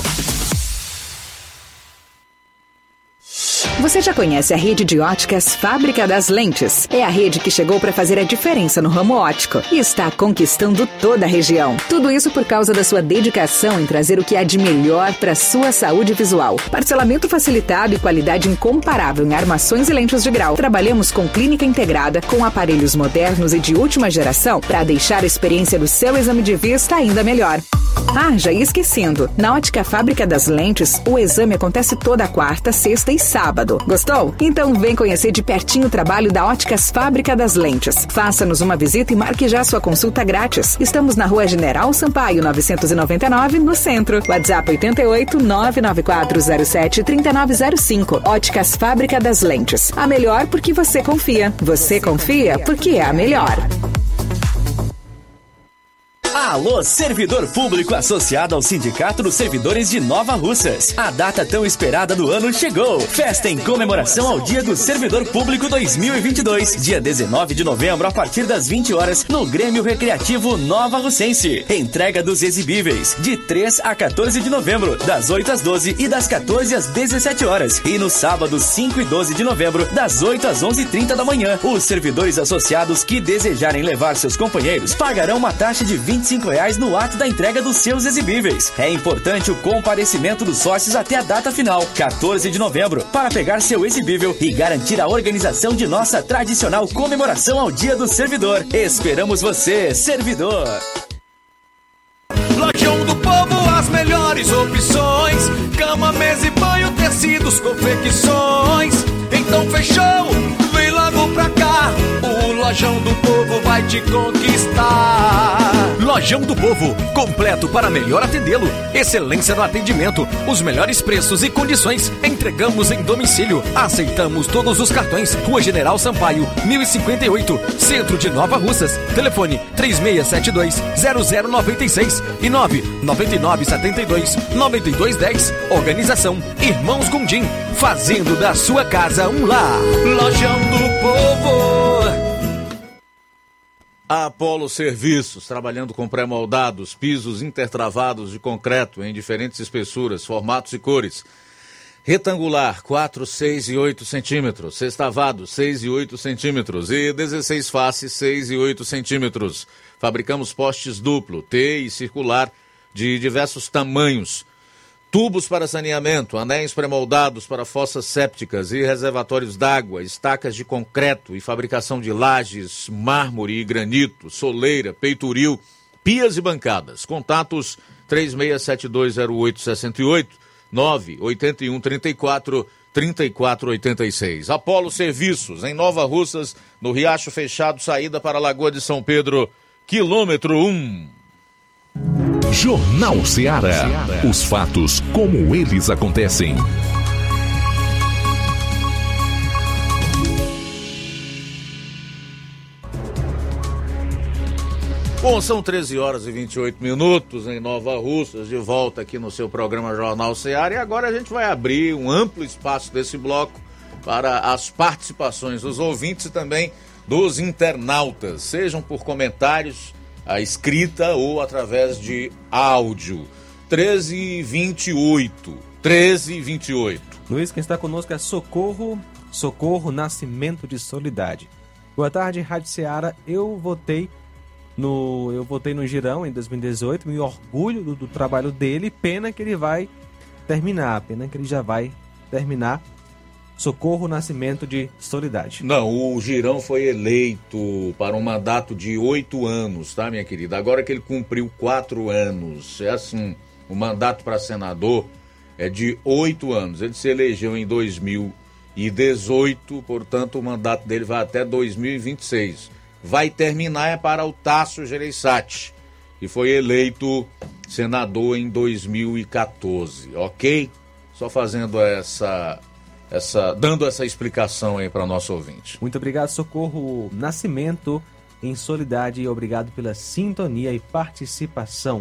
Você já conhece a rede de óticas Fábrica das Lentes? É a rede que chegou para fazer a diferença no ramo óptico e está conquistando toda a região. Tudo isso por causa da sua dedicação em trazer o que há de melhor para sua saúde visual. Parcelamento facilitado e qualidade incomparável em armações e lentes de grau. Trabalhamos com clínica integrada, com aparelhos modernos e de última geração para deixar a experiência do seu exame de vista ainda melhor. Ah, já ia esquecendo. Na Ótica Fábrica das Lentes, o exame acontece toda quarta, sexta e sábado. Gostou? Então vem conhecer de pertinho o trabalho da Óticas Fábrica das Lentes. Faça-nos uma visita e marque já sua consulta grátis. Estamos na Rua General Sampaio, 999, no centro. WhatsApp 88 99407 3905. Óticas Fábrica das Lentes. A melhor porque você confia. Você confia porque é a melhor. A Alô, servidor público associado ao Sindicato dos Servidores de Nova Russas. A data tão esperada do ano chegou. Festa em comemoração ao Dia do Servidor Público 2022. Dia 19 de novembro, a partir das 20 horas, no Grêmio Recreativo Nova Russense. Entrega dos exibíveis, de 3 a 14 de novembro, das 8 às 12 e das 14 às 17 horas. E no sábado, 5 e 12 de novembro, das 8 às 11h30 da manhã. Os servidores associados que desejarem levar seus companheiros pagarão uma taxa de R$25 no ato da entrega dos seus exibíveis. É importante o comparecimento dos sócios até a data final, 14 de novembro, para pegar seu exibível e garantir a organização de nossa tradicional comemoração ao Dia do Servidor. Esperamos você, servidor! Lojão do Povo, as melhores opções: cama, mesa e banho, tecidos, confecções. Então fechou, vem logo pra cá, o Lojão do Povo vai te conquistar. Lojão do Povo, completo para melhor atendê-lo. Excelência no atendimento, os melhores preços e condições. Entregamos em domicílio. Aceitamos todos os cartões. Rua General Sampaio, 1058, Centro de Nova Russas. Telefone 3672-0096 e 99972-9210. Organização Irmãos Gondim, fazendo da sua casa um lar. Lojão do Povo. Apolo Serviços, trabalhando com pré-moldados, pisos intertravados de concreto em diferentes espessuras, formatos e cores. Retangular, 4, 6 e 8 centímetros. Sextavado, 6 e 8 centímetros. E 16 faces, 6 e 8 centímetros. Fabricamos postes duplo, T e circular, de diversos tamanhos. Tubos para saneamento, anéis pré-moldados para fossas sépticas e reservatórios d'água, estacas de concreto e fabricação de lajes, mármore e granito, soleira, peitoril, pias e bancadas. Contatos 36720868, 98134-3486. Apolo Serviços, em Nova Russas, no Riacho Fechado, saída para a Lagoa de São Pedro, quilômetro 1. Jornal Ceará. Os fatos como eles acontecem. Bom, são 13 horas e 28 minutos em Nova Russas, de volta aqui no seu programa Jornal Ceará. E agora a gente vai abrir um amplo espaço desse bloco para as participações dos ouvintes e também dos internautas, sejam por comentários, a escrita ou através de áudio. 1328. Luiz, quem está conosco é Socorro Nascimento de Solidade. Boa tarde, Rádio Ceará. Eu votei no Girão em 2018, me orgulho do trabalho dele, pena que ele vai terminar, pena que ele já vai terminar. Socorro Nascimento de Solidade. Não, o Girão foi eleito para um mandato de 8 anos, tá, minha querida? Agora que ele cumpriu 4 anos, é assim, o mandato para senador é de 8 anos. Ele se elegeu em 2018, portanto o mandato dele vai até 2026. Vai terminar para o Tasso Gereissati, que foi eleito senador em 2014, ok? Só fazendo dando essa explicação aí para o nosso ouvinte. Muito obrigado, Socorro Nascimento em Solidade, e obrigado pela sintonia e participação.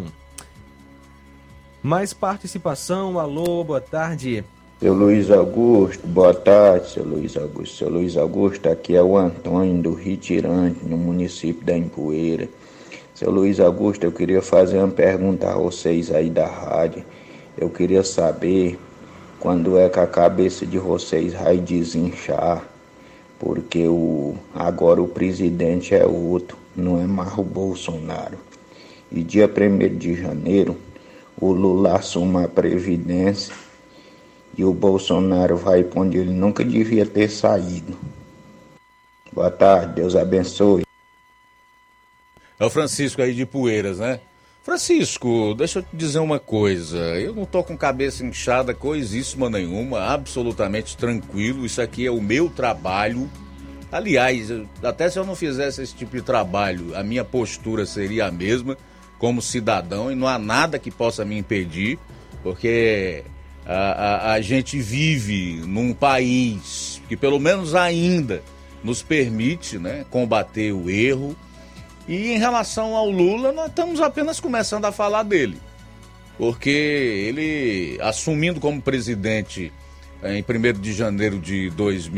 Mais participação, alô, boa tarde. Seu Luiz Augusto, boa tarde, seu Luiz Augusto. Seu Luiz Augusto, aqui é o Antônio do Ritirante, no município da Empoeira. Seu Luiz Augusto, eu queria fazer uma pergunta a vocês aí da rádio. Eu queria saber quando é que a cabeça de vocês vai desinchar, porque agora o presidente é outro, não é mais o Bolsonaro. E dia 1º de janeiro, o Lula assume a Previdência e o Bolsonaro vai para onde ele nunca devia ter saído. Boa tarde, Deus abençoe. É o Francisco aí de Poeiras, né? Francisco, deixa eu te dizer uma coisa, eu não tô com cabeça inchada, coisíssima nenhuma, absolutamente tranquilo, isso aqui é o meu trabalho. Aliás, até se eu não fizesse esse tipo de trabalho, a minha postura seria a mesma como cidadão e não há nada que possa me impedir, porque a gente vive num país que pelo menos ainda nos permite, né, combater o erro, E em relação ao Lula, nós estamos apenas começando a falar dele. Porque ele, assumindo como presidente em 1º de janeiro de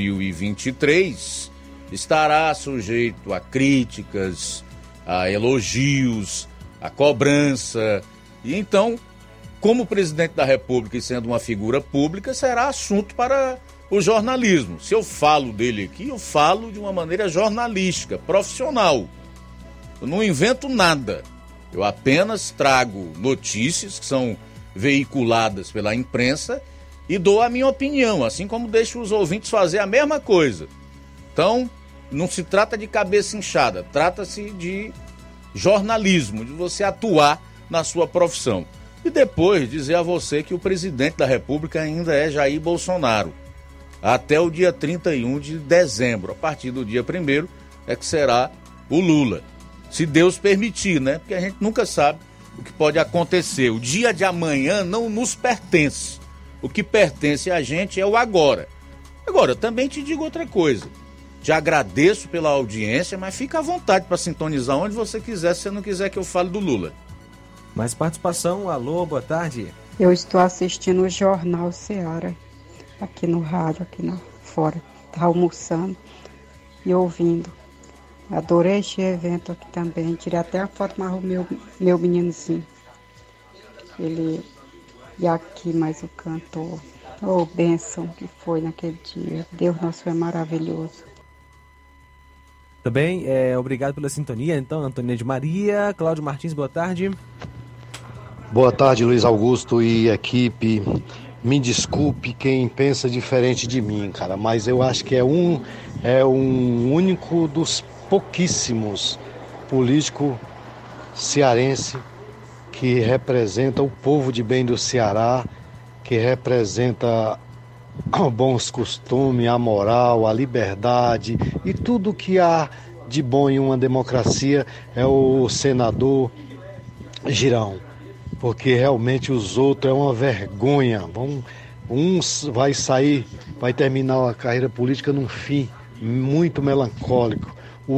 2023, estará sujeito a críticas, a elogios, a cobrança. E então, como presidente da República e sendo uma figura pública, será assunto para o jornalismo. Se eu falo dele aqui, eu falo de uma maneira jornalística, profissional. Eu não invento nada. Eu apenas trago notícias que são veiculadas pela imprensa e dou a minha opinião, assim como deixo os ouvintes fazer a mesma coisa. Então, não se trata de cabeça inchada, trata-se de jornalismo, de você atuar na sua profissão. E depois dizer a você que o presidente da República ainda é Jair Bolsonaro, até o dia 31 de dezembro. A partir do dia 1º é que será o Lula. Se Deus permitir, né? Porque a gente nunca sabe o que pode acontecer. O dia de amanhã não nos pertence. O que pertence a gente é o agora. Agora, também te digo outra coisa. Te agradeço pela audiência, mas fica à vontade para sintonizar onde você quiser, se você não quiser que eu fale do Lula. Mais participação, alô, boa tarde. Eu estou assistindo o Jornal Seara, aqui no rádio, fora. Estava almoçando e ouvindo. Adorei este evento aqui também. Tirei até a foto, mas o meu meninozinho. Ele... E aqui mais o cantor. Oh, bênção que foi naquele dia. Deus nosso é maravilhoso. Também, obrigado pela sintonia. Então, Antônia de Maria, Cláudio Martins, boa tarde. Boa tarde, Luiz Augusto e equipe. Me desculpe quem pensa diferente de mim, cara, mas eu acho que é um único dos pouquíssimos políticos cearense que representa o povo de bem do Ceará, que representa bons costumes, a moral, a liberdade e tudo que há de bom em uma democracia é o senador Girão. Porque realmente os outros é uma vergonha. Um vai terminar a carreira política num fim muito melancólico. O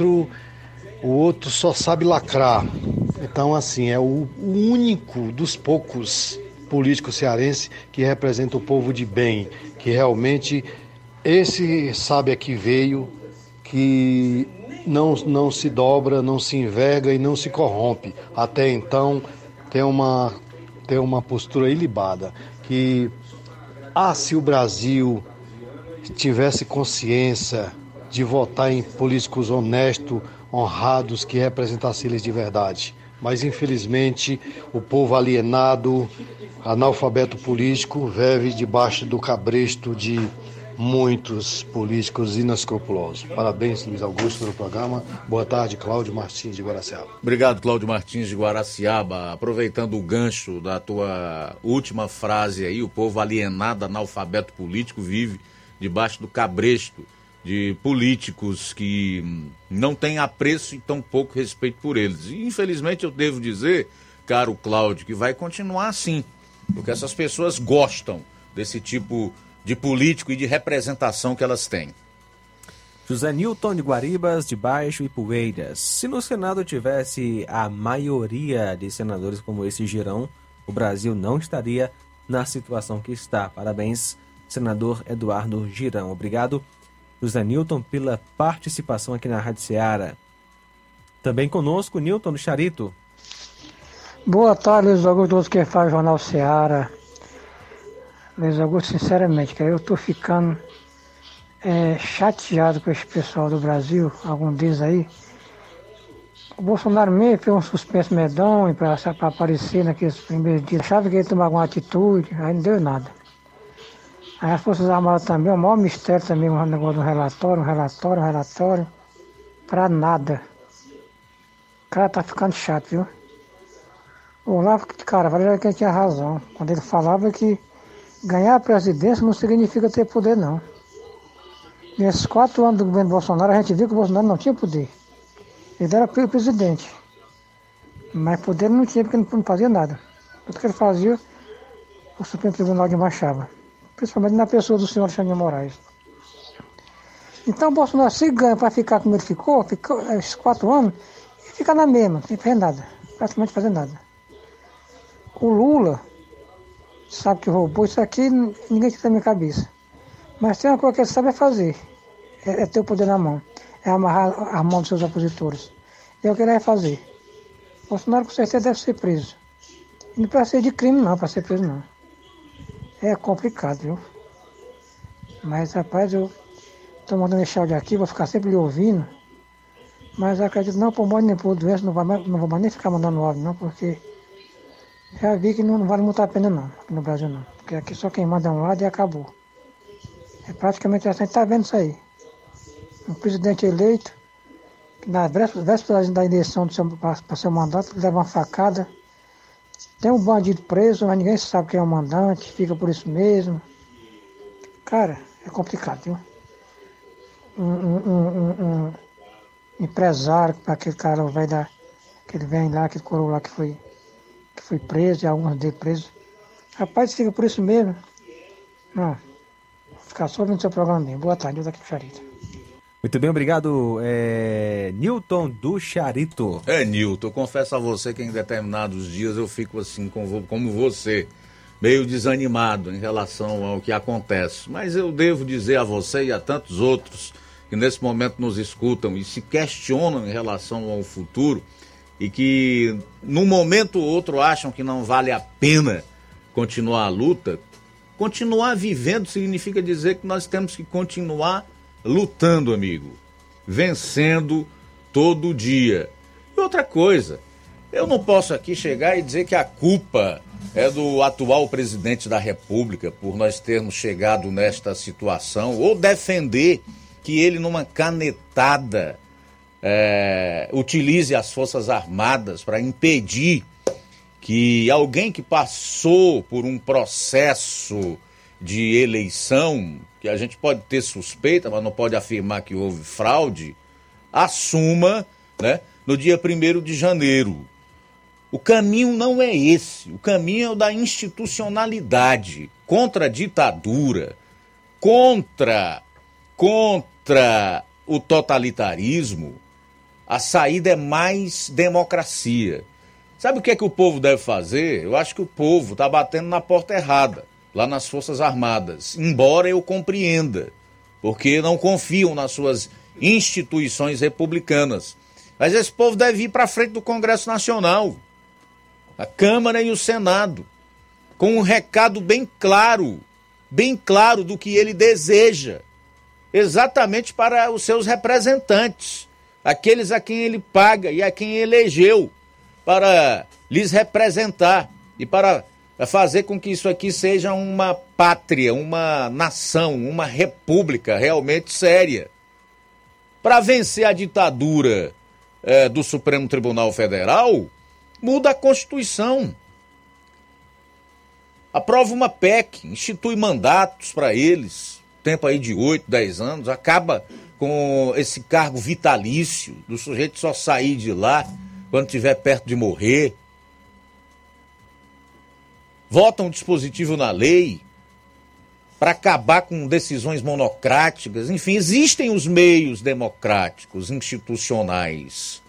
outro só sabe lacrar. Então, assim, é o único dos poucos políticos cearenses que representa o povo de bem, que realmente esse sabe a que veio, que não se dobra, não se enverga e não se corrompe. Até então, tem uma postura ilibada, que se o Brasil tivesse consciência de votar em políticos honestos, honrados, que representassem eles de verdade. Mas, infelizmente, o povo alienado, analfabeto político, vive debaixo do cabresto de muitos políticos inescrupulosos. Parabéns, Luiz Augusto, pelo programa. Boa tarde, Cláudio Martins de Guaraciaba. Obrigado, Cláudio Martins de Guaraciaba. Aproveitando o gancho da tua última frase aí, o povo alienado, analfabeto político, vive debaixo do cabresto de políticos que não têm apreço e tão pouco respeito por eles. E, infelizmente, eu devo dizer, caro Cláudio, que vai continuar assim, porque essas pessoas gostam desse tipo de político e de representação que elas têm. José Nilton de Guaribas, de Baixo e Poeiras. Se no Senado tivesse a maioria de senadores como esse Girão, o Brasil não estaria na situação que está. Parabéns, senador Eduardo Girão. Obrigado, José Nilton, pela participação aqui na Rádio Ceará. Também conosco, Nilton do Charito. Boa tarde, Luiz Augusto, que faz o Jornal Ceará. Luiz Augusto, sinceramente, eu estou ficando chateado com esse pessoal do Brasil, algum deles aí. O Bolsonaro mesmo fez um suspenso medonho para aparecer naqueles primeiros dias. Achava que ele ia tomar alguma atitude, aí não deu nada. Aí as Forças Armadas também, o maior mistério também, um negócio de um relatório, para nada. O cara tá ficando chato, viu? O Olavo, cara, valeu que ele tinha razão, quando ele falava que ganhar a presidência não significa ter poder, não. Nesses 4 anos do governo Bolsonaro, a gente viu que o Bolsonaro não tinha poder. Ele era presidente. Mas poder ele não tinha, porque não fazia nada. Tudo que ele fazia, o Supremo Tribunal de Machava. Principalmente na pessoa do senhor Alexandre de Moraes. Então o Bolsonaro, se ganha para ficar como ele ficou esses 4 anos, fica na mesma, sem fazer nada, praticamente fazer nada. O Lula sabe que roubou, isso aqui ninguém tira da minha cabeça. Mas tem uma coisa que ele sabe fazer, é ter o poder na mão, é amarrar a mão dos seus opositores. É o que ele vai fazer. Bolsonaro com certeza deve ser preso. E não para ser de crime não, para ser preso não. É complicado, viu? Mas rapaz, eu estou mandando esse áudio aqui, vou ficar sempre lhe ouvindo. Mas eu acredito não por morte nem por doença, não vou mais nem ficar mandando áudio não, porque já vi que não vale muito a pena não, aqui no Brasil não. Porque aqui só quem manda é um lado e acabou. É praticamente assim, a gente está vendo isso aí. Um presidente eleito, que na véspera da eleição para seu mandato, leva uma facada. Tem um bandido preso, mas ninguém sabe quem é o mandante, fica por isso mesmo. Cara, é complicado, viu? Um empresário, para aquele cara vai dar, que ele vem lá, aquele coroa lá que foi preso, e alguns dele presos. Rapaz, fica por isso mesmo. Não, vou ficar só ouvindo seu programa mesmo. Boa tarde, eu daqui do Charito. Muito bem, obrigado, Newton do Charito. Newton, eu confesso a você que em determinados dias eu fico assim como você, meio desanimado em relação ao que acontece. Mas eu devo dizer a você e a tantos outros que nesse momento nos escutam e se questionam em relação ao futuro e que num momento ou outro acham que não vale a pena continuar a luta. Continuar vivendo significa dizer que nós temos que continuar lutando, amigo, vencendo todo dia. E outra coisa, eu não posso aqui chegar e dizer que a culpa é do atual presidente da República por nós termos chegado nesta situação, ou defender que ele numa canetada utilize as Forças Armadas para impedir que alguém que passou por um processo de eleição, que a gente pode ter suspeita, mas não pode afirmar que houve fraude, assuma, né, no dia 1º de janeiro. O caminho não é esse, o caminho é o da institucionalidade, contra a ditadura, contra o totalitarismo. A saída é mais democracia. Sabe o que é que o povo deve fazer? Eu acho que o povo está batendo na porta errada, lá nas Forças Armadas, embora eu compreenda, porque não confiam nas suas instituições republicanas. Mas esse povo deve ir para frente do Congresso Nacional, a Câmara e o Senado, com um recado bem claro do que ele deseja, exatamente para os seus representantes, aqueles a quem ele paga e a quem elegeu para lhes representar e para fazer com que isso aqui seja uma pátria, uma nação, uma república realmente séria. Para vencer a ditadura do Supremo Tribunal Federal, muda a Constituição. Aprova uma PEC, institui mandatos para eles, tempo aí de 8, 10 anos, acaba com esse cargo vitalício do sujeito só sair de lá quando estiver perto de morrer. Vota um dispositivo na lei para acabar com decisões monocráticas. Enfim, existem os meios democráticos, institucionais.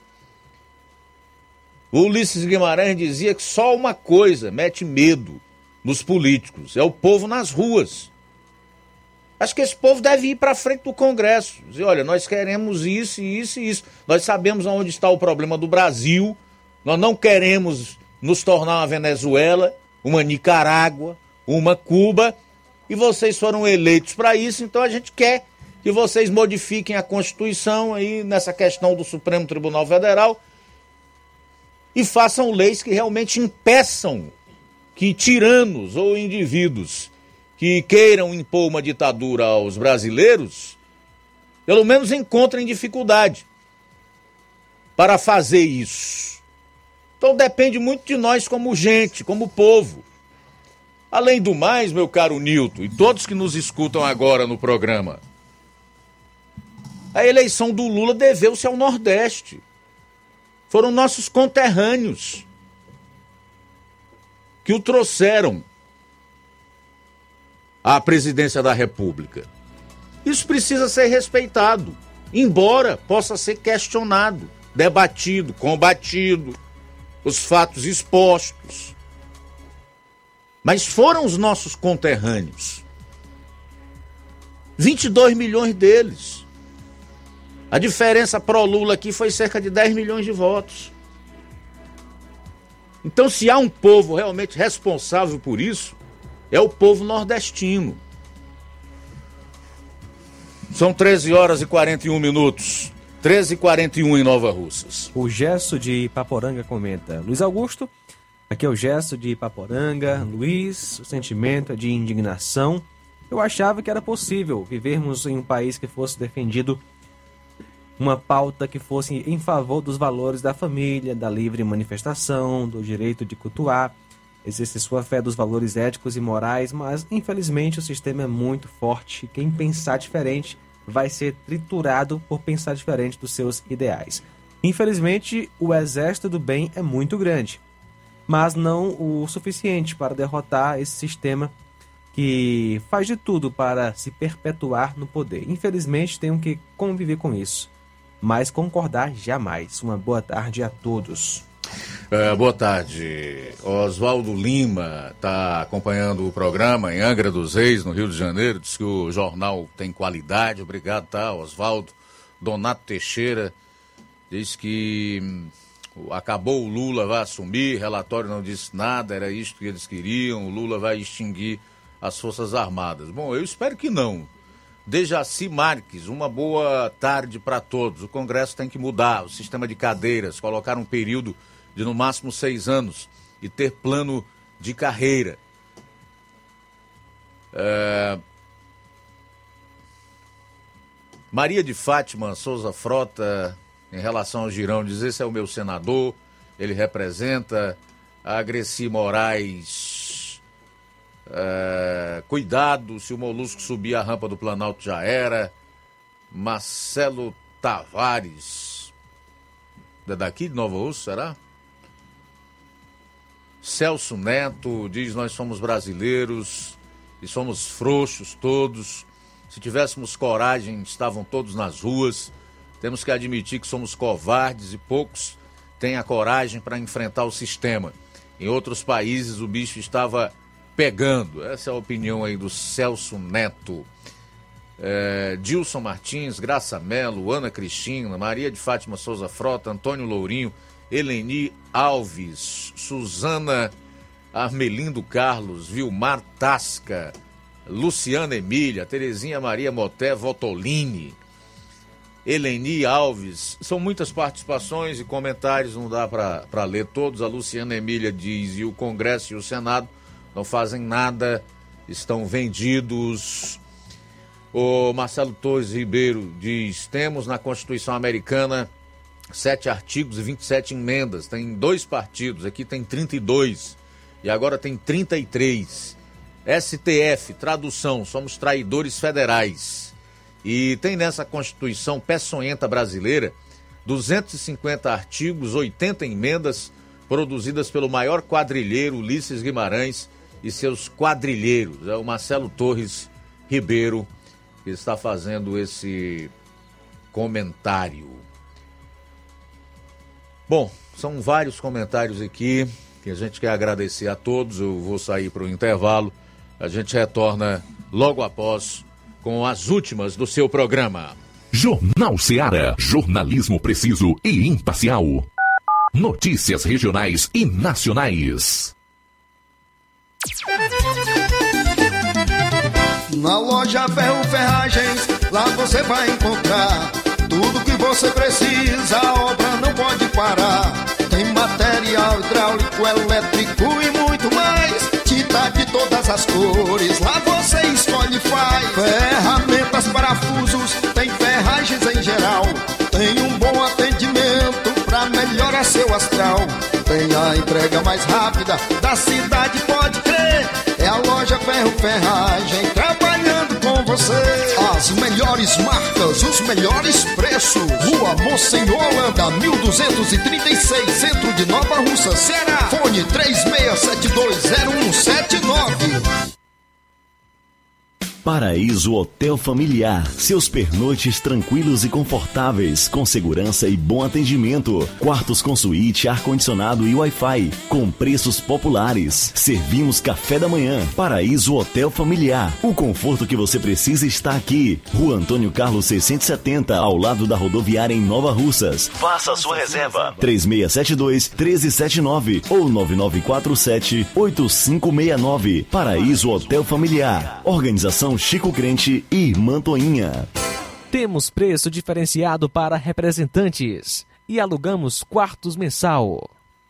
O Ulisses Guimarães dizia que só uma coisa mete medo nos políticos, é o povo nas ruas. Acho que esse povo deve ir para frente do Congresso. Dizer, olha, nós queremos isso, isso e isso. Nós sabemos onde está o problema do Brasil. Nós não queremos nos tornar uma Venezuela, uma Nicarágua, uma Cuba. E vocês foram eleitos para isso, então a gente quer que vocês modifiquem a Constituição aí nessa questão do Supremo Tribunal Federal e façam leis que realmente impeçam que tiranos ou indivíduos que queiram impor uma ditadura aos brasileiros, pelo menos encontrem dificuldade para fazer isso. Então depende muito de nós como gente, como povo. Além do mais, meu caro Nilton, e todos que nos escutam agora no programa, a eleição do Lula deveu-se ao Nordeste. Foram nossos conterrâneos que o trouxeram à presidência da República. Isso precisa ser respeitado, embora possa ser questionado. debatido, combatido, os fatos expostos. Mas foram os nossos conterrâneos. 22 milhões deles. A diferença pró-Lula aqui foi cerca de 10 milhões de votos. Então, se há um povo realmente responsável por isso, é o povo nordestino. São 13 horas e 41 minutos. 13h41 em Nova Russas. O Gesso de Ipaporanga comenta: Luiz Augusto, aqui é o Gesso de Ipaporanga. Luiz, o sentimento é de indignação. Eu achava que era possível vivermos em um país que fosse defendido uma pauta que fosse em favor dos valores da família, da livre manifestação, do direito de cultuar, exercer sua fé, dos valores éticos e morais, mas infelizmente o sistema é muito forte. Quem pensar diferente vai ser triturado por pensar diferente dos seus ideais. Infelizmente, o exército do bem é muito grande, mas não o suficiente para derrotar esse sistema que faz de tudo para se perpetuar no poder. Infelizmente, tenho que conviver com isso, mas concordar jamais. Uma boa tarde a todos. Boa tarde. Oswaldo Lima está acompanhando o programa em Angra dos Reis, no Rio de Janeiro. Diz que o jornal tem qualidade. Obrigado, tá, Oswaldo. Donato Teixeira diz que acabou o Lula, vai assumir. Relatório não disse nada, era isto que eles queriam. O Lula vai extinguir as Forças Armadas. Bom, eu espero que não. Dejaci Marques, uma boa tarde para todos. O Congresso tem que mudar o sistema de cadeiras, colocar um período de no máximo 6 anos e ter plano de carreira. Maria de Fátima Souza Frota, em relação ao Girão, diz: esse é o meu senador, ele representa. A Greci Moraes, cuidado, se o Molusco subir a rampa do Planalto já era. Marcelo Tavares, daqui de Nova Rússia, será? Celso Neto diz: nós somos brasileiros e somos frouxos todos. Se tivéssemos coragem, estavam todos nas ruas. Temos que admitir que somos covardes e poucos têm a coragem para enfrentar o sistema. Em outros países o bicho estava pegando. Essa é a opinião aí do Celso Neto. Dilson Martins, Graça Melo, Ana Cristina, Maria de Fátima Souza Frota, Antônio Lourinho, Eleni Alves, Suzana Armelindo Carlos, Vilmar Tasca, Luciana Emília, Terezinha Maria Moté Votolini, Eleni Alves. São muitas participações e comentários, não dá para ler todos. A Luciana Emília diz: e o Congresso e o Senado não fazem nada, estão vendidos. O Marcelo Torres Ribeiro diz: temos na Constituição Americana 7 artigos e 27 emendas. Tem 2 partidos, aqui tem 32 e agora tem 33. STF, tradução: somos traidores federais. E tem nessa Constituição peçonhenta brasileira 250 artigos, 80 emendas produzidas pelo maior quadrilheiro Ulisses Guimarães e seus quadrilheiros. É o Marcelo Torres Ribeiro que está fazendo esse comentário. Bom, são vários comentários aqui que a gente quer agradecer a todos. Eu vou sair para o intervalo. A gente retorna logo após com as últimas do seu programa. Jornal Ceará, jornalismo preciso e imparcial. Notícias regionais e nacionais. Na loja Ferro Ferragens, lá você vai encontrar tudo que você precisa, a obra não pode parar. Tem material hidráulico, elétrico e muito mais. Tinta de todas as cores, lá você escolhe e faz. Ferramentas, parafusos, tem ferragens em geral. Tem um bom atendimento pra melhorar seu astral. Tem a entrega mais rápida da cidade, pode crer. É a loja Ferro Ferragem trabalhando com você. As melhores marcas, os melhores preços. Rua Monsenhor Holanda, 1236, centro de Nova Russa, Ceará. Fone 36720179. Paraíso Hotel Familiar. Seus pernoites tranquilos e confortáveis, com segurança e bom atendimento. Quartos com suíte, ar-condicionado e Wi-Fi, com preços populares. Servimos café da manhã. Paraíso Hotel Familiar. O conforto que você precisa está aqui. Rua Antônio Carlos 670, ao lado da rodoviária em Nova Russas. Faça a sua reserva. 3672-1379 ou 9947-8569. Paraíso Hotel Familiar. Organização Chico Crente e Irmã Toinha. Temos preço diferenciado para representantes e alugamos quartos mensal.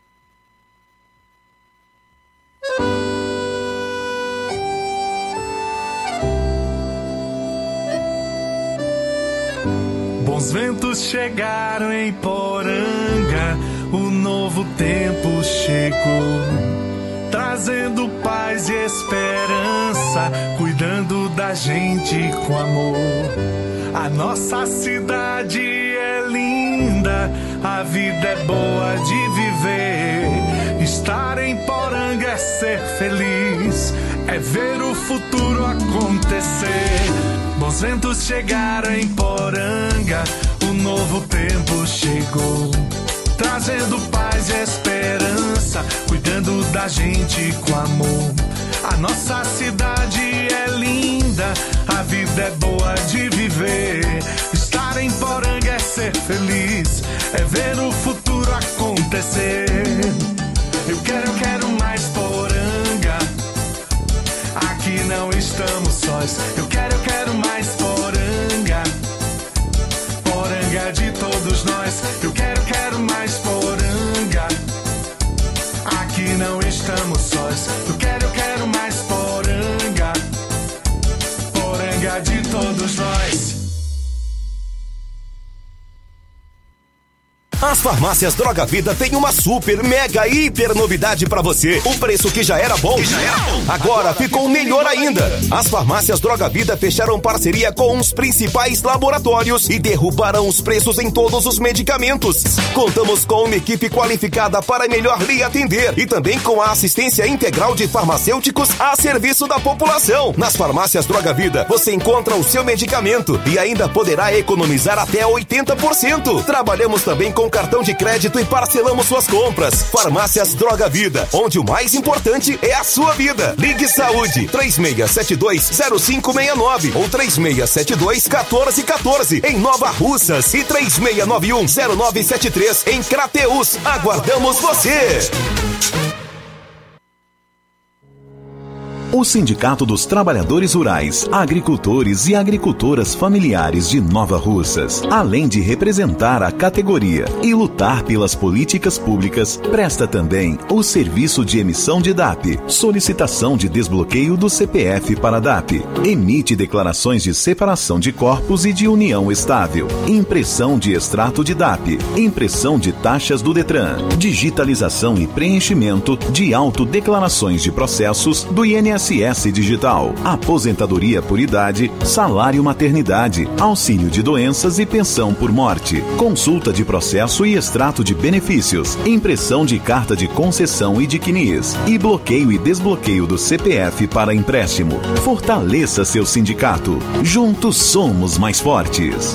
Bons ventos chegaram em Poranga, o novo tempo chegou. Trazendo paz e esperança, cuidando da gente com amor. A nossa cidade é linda, a vida é boa de viver. Estar em Poranga é ser feliz, é ver o futuro acontecer. Bons ventos chegaram em Poranga, o novo tempo chegou. Trazendo paz e esperança, cuidando da gente com amor. A nossa cidade é linda, a vida é boa de viver. Estar em Poranga é ser feliz, é ver o futuro acontecer. Eu quero mais Poranga, aqui não estamos sós. Eu quero mais Poranga, Poranga de todos nós. Eu quero mais Poranga, aqui não estamos sós. Eu quero mais Poranga, Poranga de todos nós. As farmácias Droga Vida têm uma super, mega, hiper novidade pra você. O preço que já era bom, agora ficou melhor ainda. As farmácias Droga Vida fecharam parceria com os principais laboratórios e derrubaram os preços em todos os medicamentos. Contamos com uma equipe qualificada para melhor lhe atender e também com a assistência integral de farmacêuticos a serviço da população. Nas farmácias Droga Vida, você encontra o seu medicamento e ainda poderá economizar até 80%. Trabalhamos também com cartão de crédito e parcelamos suas compras. Farmácias Droga Vida, onde o mais importante é a sua vida. Ligue Saúde 3672-0569 ou 3672-1414 em Nova Russas e 3691-0973 em Crateús. Aguardamos você! O Sindicato dos Trabalhadores Rurais, Agricultores e Agricultoras Familiares de Nova Russas, além de representar a categoria e lutar pelas políticas públicas, presta também o serviço de emissão de DAP, solicitação de desbloqueio do CPF para DAP, emite declarações de separação de corpos e de união estável, impressão de extrato de DAP, impressão de taxas do Detran, digitalização e preenchimento de autodeclarações de processos do INSS Digital, aposentadoria por idade, salário maternidade, auxílio de doenças e pensão por morte, consulta de processo e extrato de benefícios, impressão de carta de concessão e de CNIS, e bloqueio e desbloqueio do CPF para empréstimo. Fortaleça seu sindicato. Juntos somos mais fortes.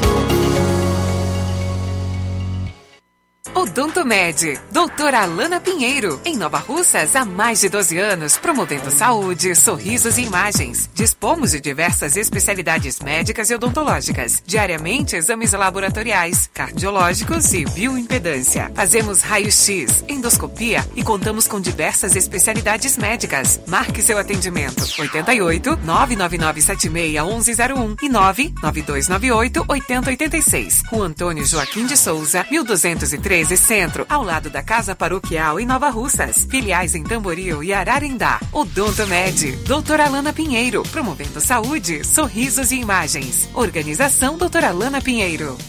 Odonto Med, doutora Alana Pinheiro, em Nova Russas há mais de 12 anos, promovendo saúde, sorrisos e imagens. Dispomos de diversas especialidades médicas e odontológicas, diariamente exames laboratoriais, cardiológicos e bioimpedância. Fazemos raio-x, endoscopia e contamos com diversas especialidades médicas. Marque seu atendimento 88 999 76 1101 e 99298 8086. Rua Antônio Joaquim de Souza, 1213 Centro, ao lado da Casa Paroquial em Nova Russas. Filiais em Tamboril e Ararindá. Odonto Med, doutora Alana Pinheiro, promovendo saúde, sorrisos e imagens. Organização doutora Alana Pinheiro.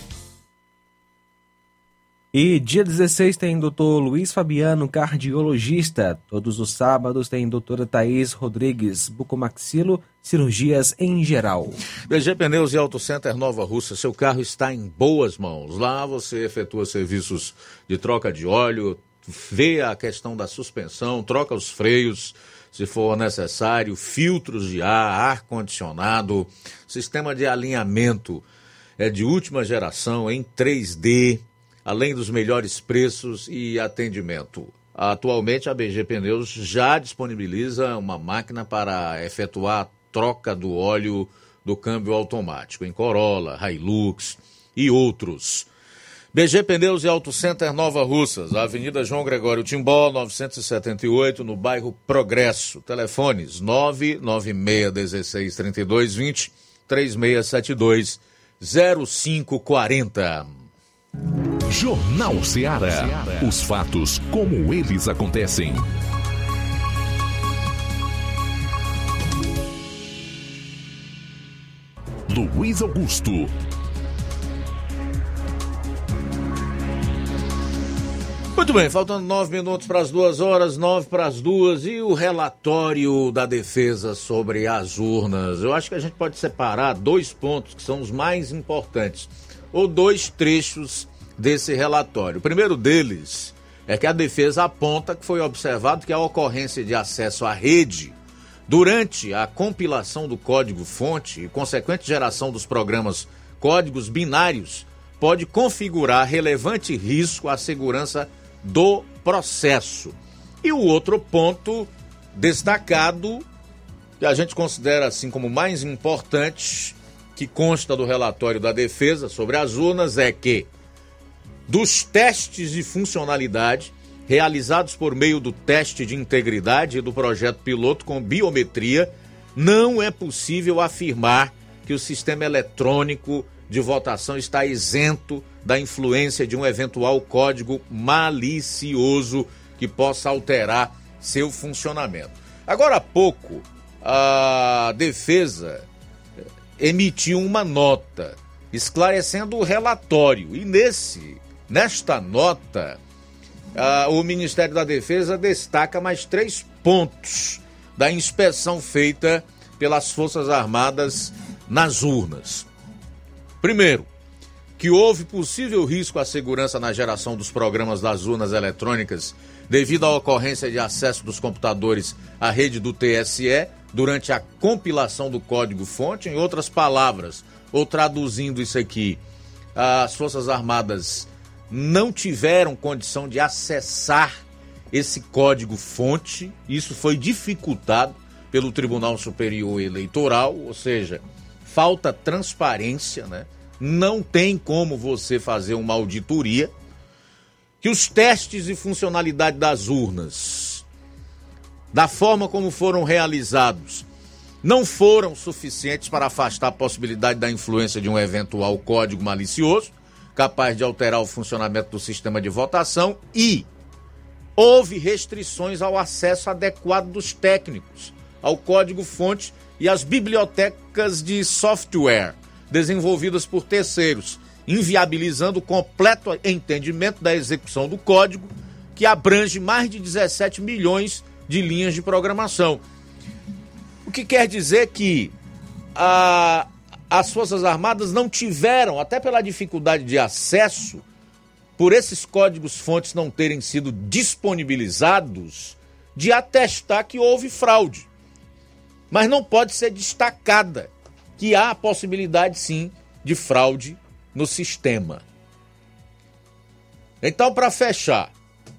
E dia 16 tem Dr. Luiz Fabiano, cardiologista. Todos os sábados tem doutora Thaís Rodrigues, bucomaxilo, cirurgias em geral. BG Pneus e Auto Center Nova Russa, seu carro está em boas mãos. Lá você efetua serviços de troca de óleo, vê a questão da suspensão, troca os freios, se for necessário, filtros de ar-condicionado, sistema de alinhamento de última geração em 3D, além dos melhores preços e atendimento. Atualmente, a BG Pneus já disponibiliza uma máquina para efetuar a troca do óleo do câmbio automático em Corolla, Hilux e outros. BG Pneus e Auto Center Nova Russas, Avenida João Gregório Timbó, 978, no bairro Progresso. Telefones 996163220, 36720540. Jornal Ceará. Os fatos como eles acontecem. Luiz Augusto. Muito bem, faltando 9 minutos para as 2 horas, 9 para as 2, e o relatório da defesa sobre as urnas. Eu acho que a gente pode separar 2 pontos que são os mais importantes, ou 2 trechos desse relatório. O primeiro deles é que a defesa aponta que foi observado que a ocorrência de acesso à rede durante a compilação do código-fonte e consequente geração dos programas códigos binários pode configurar relevante risco à segurança do processo. E o outro ponto destacado, que a gente considera assim como mais importante, que consta do relatório da defesa sobre as urnas, é que dos testes de funcionalidade realizados por meio do teste de integridade e do projeto piloto com biometria, não é possível afirmar que o sistema eletrônico de votação está isento da influência de um eventual código malicioso que possa alterar seu funcionamento. Agora há pouco, a defesa emitiu uma nota esclarecendo o relatório, e nesta nota, o Ministério da Defesa destaca mais 3 pontos da inspeção feita pelas Forças Armadas nas urnas. Primeiro, que houve possível risco à segurança na geração dos programas das urnas eletrônicas devido à ocorrência de acesso dos computadores à rede do TSE durante a compilação do código-fonte. Em outras palavras, ou traduzindo isso aqui, as Forças Armadas não tiveram condição de acessar esse código-fonte. Isso foi dificultado pelo Tribunal Superior Eleitoral, ou seja, falta transparência, né? Não tem como você fazer uma auditoria. Que os testes de funcionalidade das urnas, da forma como foram realizados, não foram suficientes para afastar a possibilidade da influência de um eventual código malicioso, capaz de alterar o funcionamento do sistema de votação, e houve restrições ao acesso adequado dos técnicos ao código-fonte e às bibliotecas de software desenvolvidas por terceiros, inviabilizando o completo entendimento da execução do código, que abrange mais de 17 milhões de linhas de programação. O que quer dizer que as Forças Armadas não tiveram, até pela dificuldade de acesso, por esses códigos-fontes não terem sido disponibilizados, de atestar que houve fraude. Mas não pode ser destacada que há a possibilidade, sim, de fraude no sistema. Então, para fechar,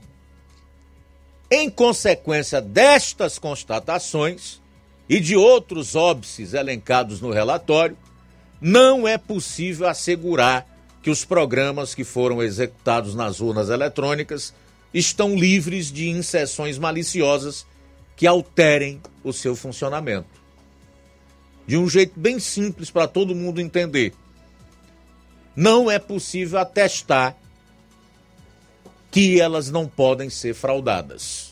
em consequência destas constatações e de outros óbices elencados no relatório, não é possível assegurar que os programas que foram executados nas urnas eletrônicas estão livres de inserções maliciosas que alterem o seu funcionamento. De um jeito bem simples para todo mundo entender. Não é possível atestar que elas não podem ser fraudadas.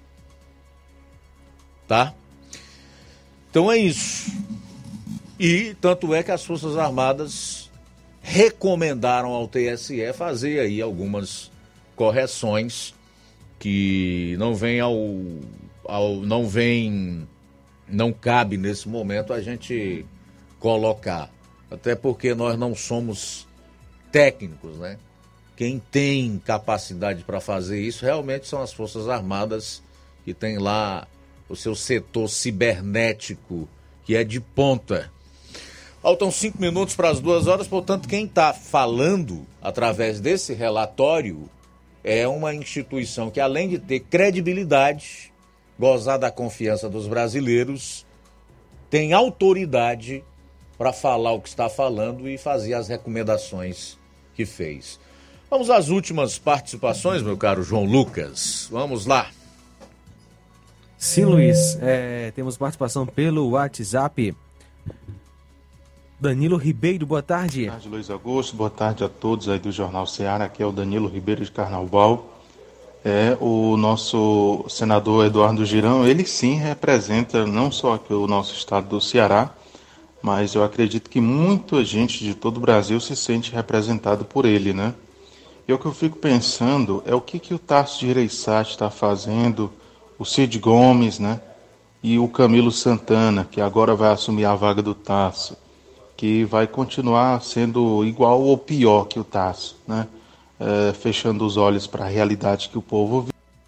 Tá? Então é isso. E tanto é que as Forças Armadas recomendaram ao TSE fazer aí algumas correções que não cabe nesse momento a gente colocar. Até porque nós não somos técnicos, né? Quem tem capacidade para fazer isso realmente são as Forças Armadas, que tem lá o seu setor cibernético, que é de ponta. Faltam 5 minutos para as 2 horas, portanto, quem está falando através desse relatório é uma instituição que, além de ter credibilidade, gozar da confiança dos brasileiros, tem autoridade para falar o que está falando e fazer as recomendações que fez. Vamos às últimas participações, meu caro João Lucas. Vamos lá. Sim, Luiz. Temos participação pelo WhatsApp. Danilo Ribeiro, boa tarde. Boa tarde, Luiz Augusto. Boa tarde a todos aí do Jornal Ceará. Aqui é o Danilo Ribeiro de Carnaval. O nosso senador Eduardo Girão, ele sim representa não só aqui o nosso estado do Ceará, mas eu acredito que muita gente de todo o Brasil se sente representado por ele, né? E o que eu fico pensando é o que o Tasso de Gereissati está fazendo, o Cid Gomes, né? E o Camilo Santana, que agora vai assumir a vaga do Tasso, que vai continuar sendo igual ou pior que o Tasso, né? Fechando os olhos para a realidade que o povo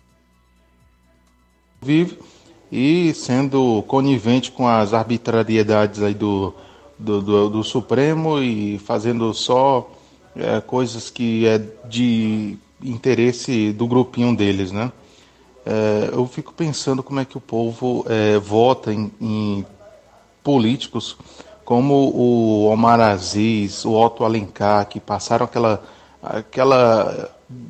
vive e sendo conivente com as arbitrariedades aí do Supremo e fazendo só coisas que é de interesse do grupinho deles, né? Eu fico pensando como é que o povo vota em políticos como o Omar Aziz, o Otto Alencar, que passaram aquela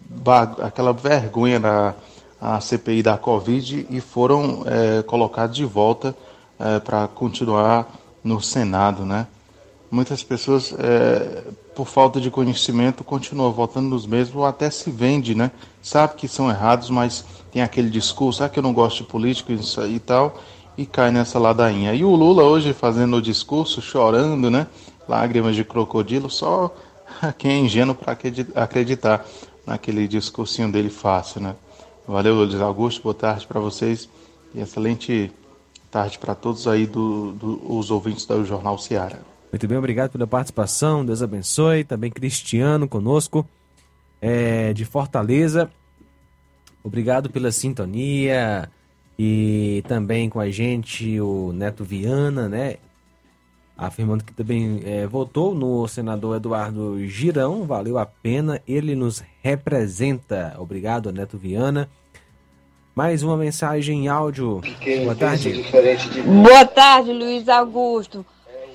vergonha na CPI da Covid e foram colocados de volta para continuar no Senado, né? Muitas pessoas, por falta de conhecimento, continuam votando nos mesmos ou até se vende, né? Sabe que são errados, mas tem aquele discurso, que eu não gosto de político e tal, e cai nessa ladainha. E o Lula hoje fazendo o discurso, chorando, né? Lágrimas de crocodilo, só quem é ingênuo para acreditar naquele discursinho dele fácil, né? Valeu, Luiz Augusto, boa tarde para vocês e excelente tarde para todos aí os ouvintes do Jornal Ceará. Muito bem, obrigado pela participação, Deus abençoe. Também Cristiano conosco, de Fortaleza. Obrigado pela sintonia. E também com a gente o Neto Viana, né? Afirmando que também votou no senador Eduardo Girão. Valeu a pena, ele nos representa. Obrigado, Neto Viana. Mais uma mensagem em áudio. Boa tarde. Boa tarde, Luiz Augusto.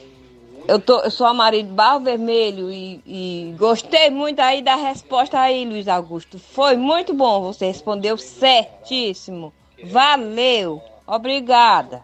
Eu sou a Maria de Barro Vermelho e gostei muito aí da resposta aí, Luiz Augusto. Foi muito bom, você respondeu certíssimo. Valeu, obrigada.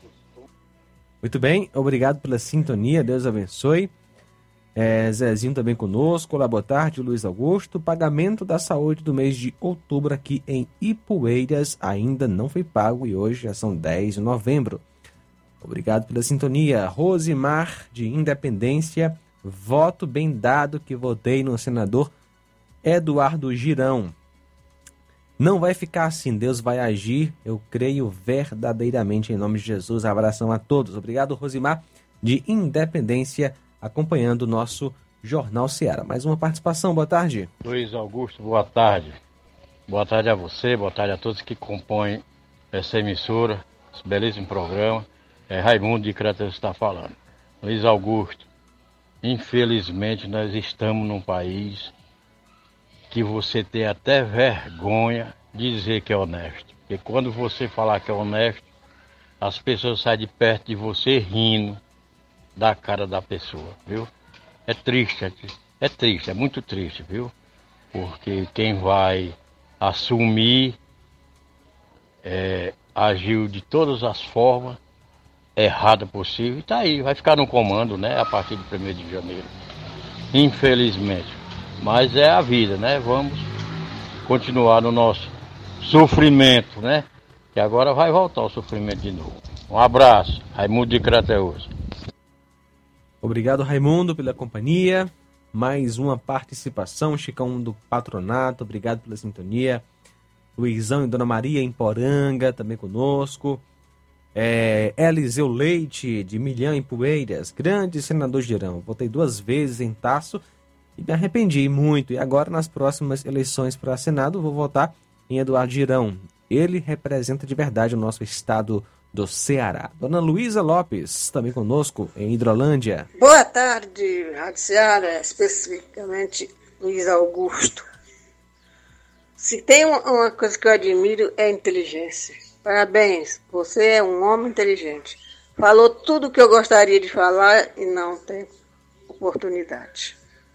Muito bem, obrigado pela sintonia, Deus abençoe. Zezinho também conosco, olá, boa tarde, Luiz Augusto. Pagamento da saúde do mês de outubro aqui em Ipueiras ainda não foi pago e hoje já são 10 de novembro. Obrigado pela sintonia. Rosimar de Independência, voto bem dado que votei no senador Eduardo Girão. Não vai ficar assim, Deus vai agir, eu creio verdadeiramente em nome de Jesus. Abração a todos. Obrigado, Rosimar, de Independência, acompanhando o nosso Jornal Ceará. Mais uma participação, boa tarde. Luiz Augusto, boa tarde. Boa tarde a você, boa tarde a todos que compõem essa emissora, esse belíssimo programa. Raimundo de Crateus está falando. Luiz Augusto, infelizmente nós estamos num país que você tem até vergonha de dizer que é honesto. Porque quando você falar que é honesto, as pessoas saem de perto de você rindo da cara da pessoa, viu? É triste, é muito triste, viu? Porque quem vai assumir agiu de todas as formas erradas possíveis e tá aí, vai ficar no comando, né? A partir de 1º de janeiro. Infelizmente. Mas é a vida, né? Vamos continuar no nosso sofrimento, né? Que agora vai voltar o sofrimento de novo. Um abraço, Raimundo de Crateus. Obrigado, Raimundo, pela companhia. Mais uma participação, Chicão do Patronato, obrigado pela sintonia. Luizão e Dona Maria em Poranga, também conosco. Eliseu Leite, de Milhão em Poeiras, grande senador Girão. Votei 2 vezes em Tasso e me arrependi muito. E agora, nas próximas eleições para Senado, vou votar em Eduardo Girão. Ele representa de verdade o nosso estado do Ceará. Dona Luísa Lopes, também conosco em Hidrolândia. Boa tarde, Rádio Ceará, especificamente Luiz Augusto. Se tem uma coisa que eu admiro é a inteligência. Parabéns, você é um homem inteligente. Falou tudo o que eu gostaria de falar e não tem oportunidade.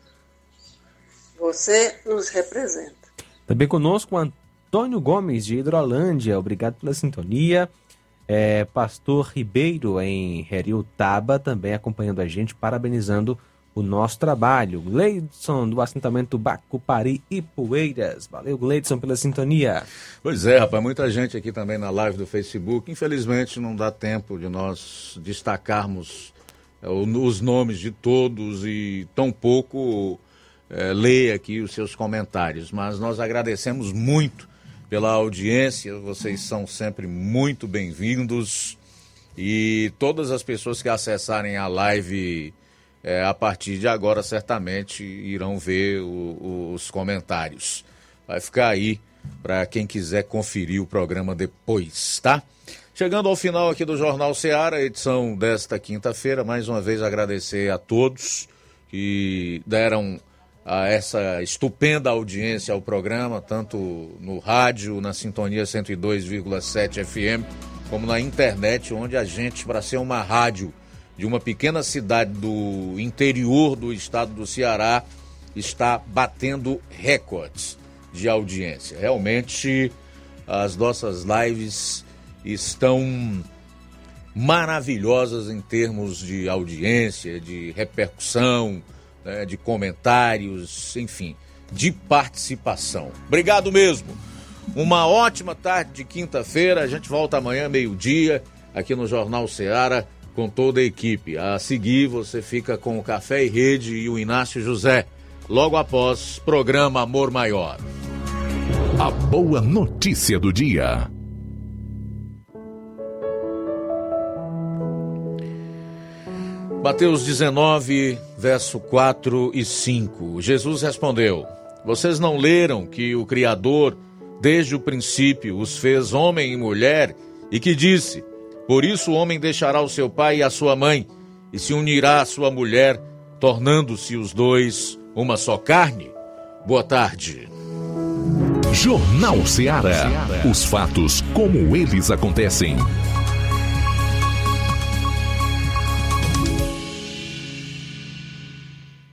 Você nos representa. Também conosco Antônio Gomes, de Hidrolândia. Obrigado pela sintonia. Pastor Ribeiro, em Heriutaba, também acompanhando a gente, parabenizando o nosso trabalho. Gleidson, do assentamento Bacupari e Poeiras. Valeu, Gleidson, pela sintonia. Pois é, rapaz, muita gente aqui também na live do Facebook. Infelizmente não dá tempo de nós destacarmos os nomes de todos e tampouco ler aqui os seus comentários. Mas nós agradecemos muito pela audiência, vocês são sempre muito bem-vindos e todas as pessoas que acessarem a live a partir de agora certamente irão ver os comentários. Vai ficar aí para quem quiser conferir o programa depois, tá? Chegando ao final aqui do Jornal Ceará, edição desta quinta-feira, mais uma vez agradecer a todos que deram a essa estupenda audiência ao programa, tanto no rádio, na sintonia 102,7 FM, como na internet, onde a gente, para ser uma rádio de uma pequena cidade do interior do estado do Ceará, está batendo recordes de audiência. Realmente, as nossas lives estão maravilhosas em termos de audiência, de repercussão, de comentários, enfim, de participação. Obrigado mesmo. Uma ótima tarde de quinta-feira. A gente volta amanhã, meio-dia, aqui no Jornal Ceará, com toda a equipe. A seguir, você fica com o Café e Rede e o Inácio José. Logo após, programa Amor Maior. A boa notícia do dia. Mateus 19, verso 4 e 5. Jesus respondeu: vocês não leram que o Criador, desde o princípio, os fez homem e mulher, e que disse: por isso o homem deixará o seu pai e a sua mãe, e se unirá à sua mulher, tornando-se os dois uma só carne? Boa tarde. Jornal Ceará. Os fatos como eles acontecem.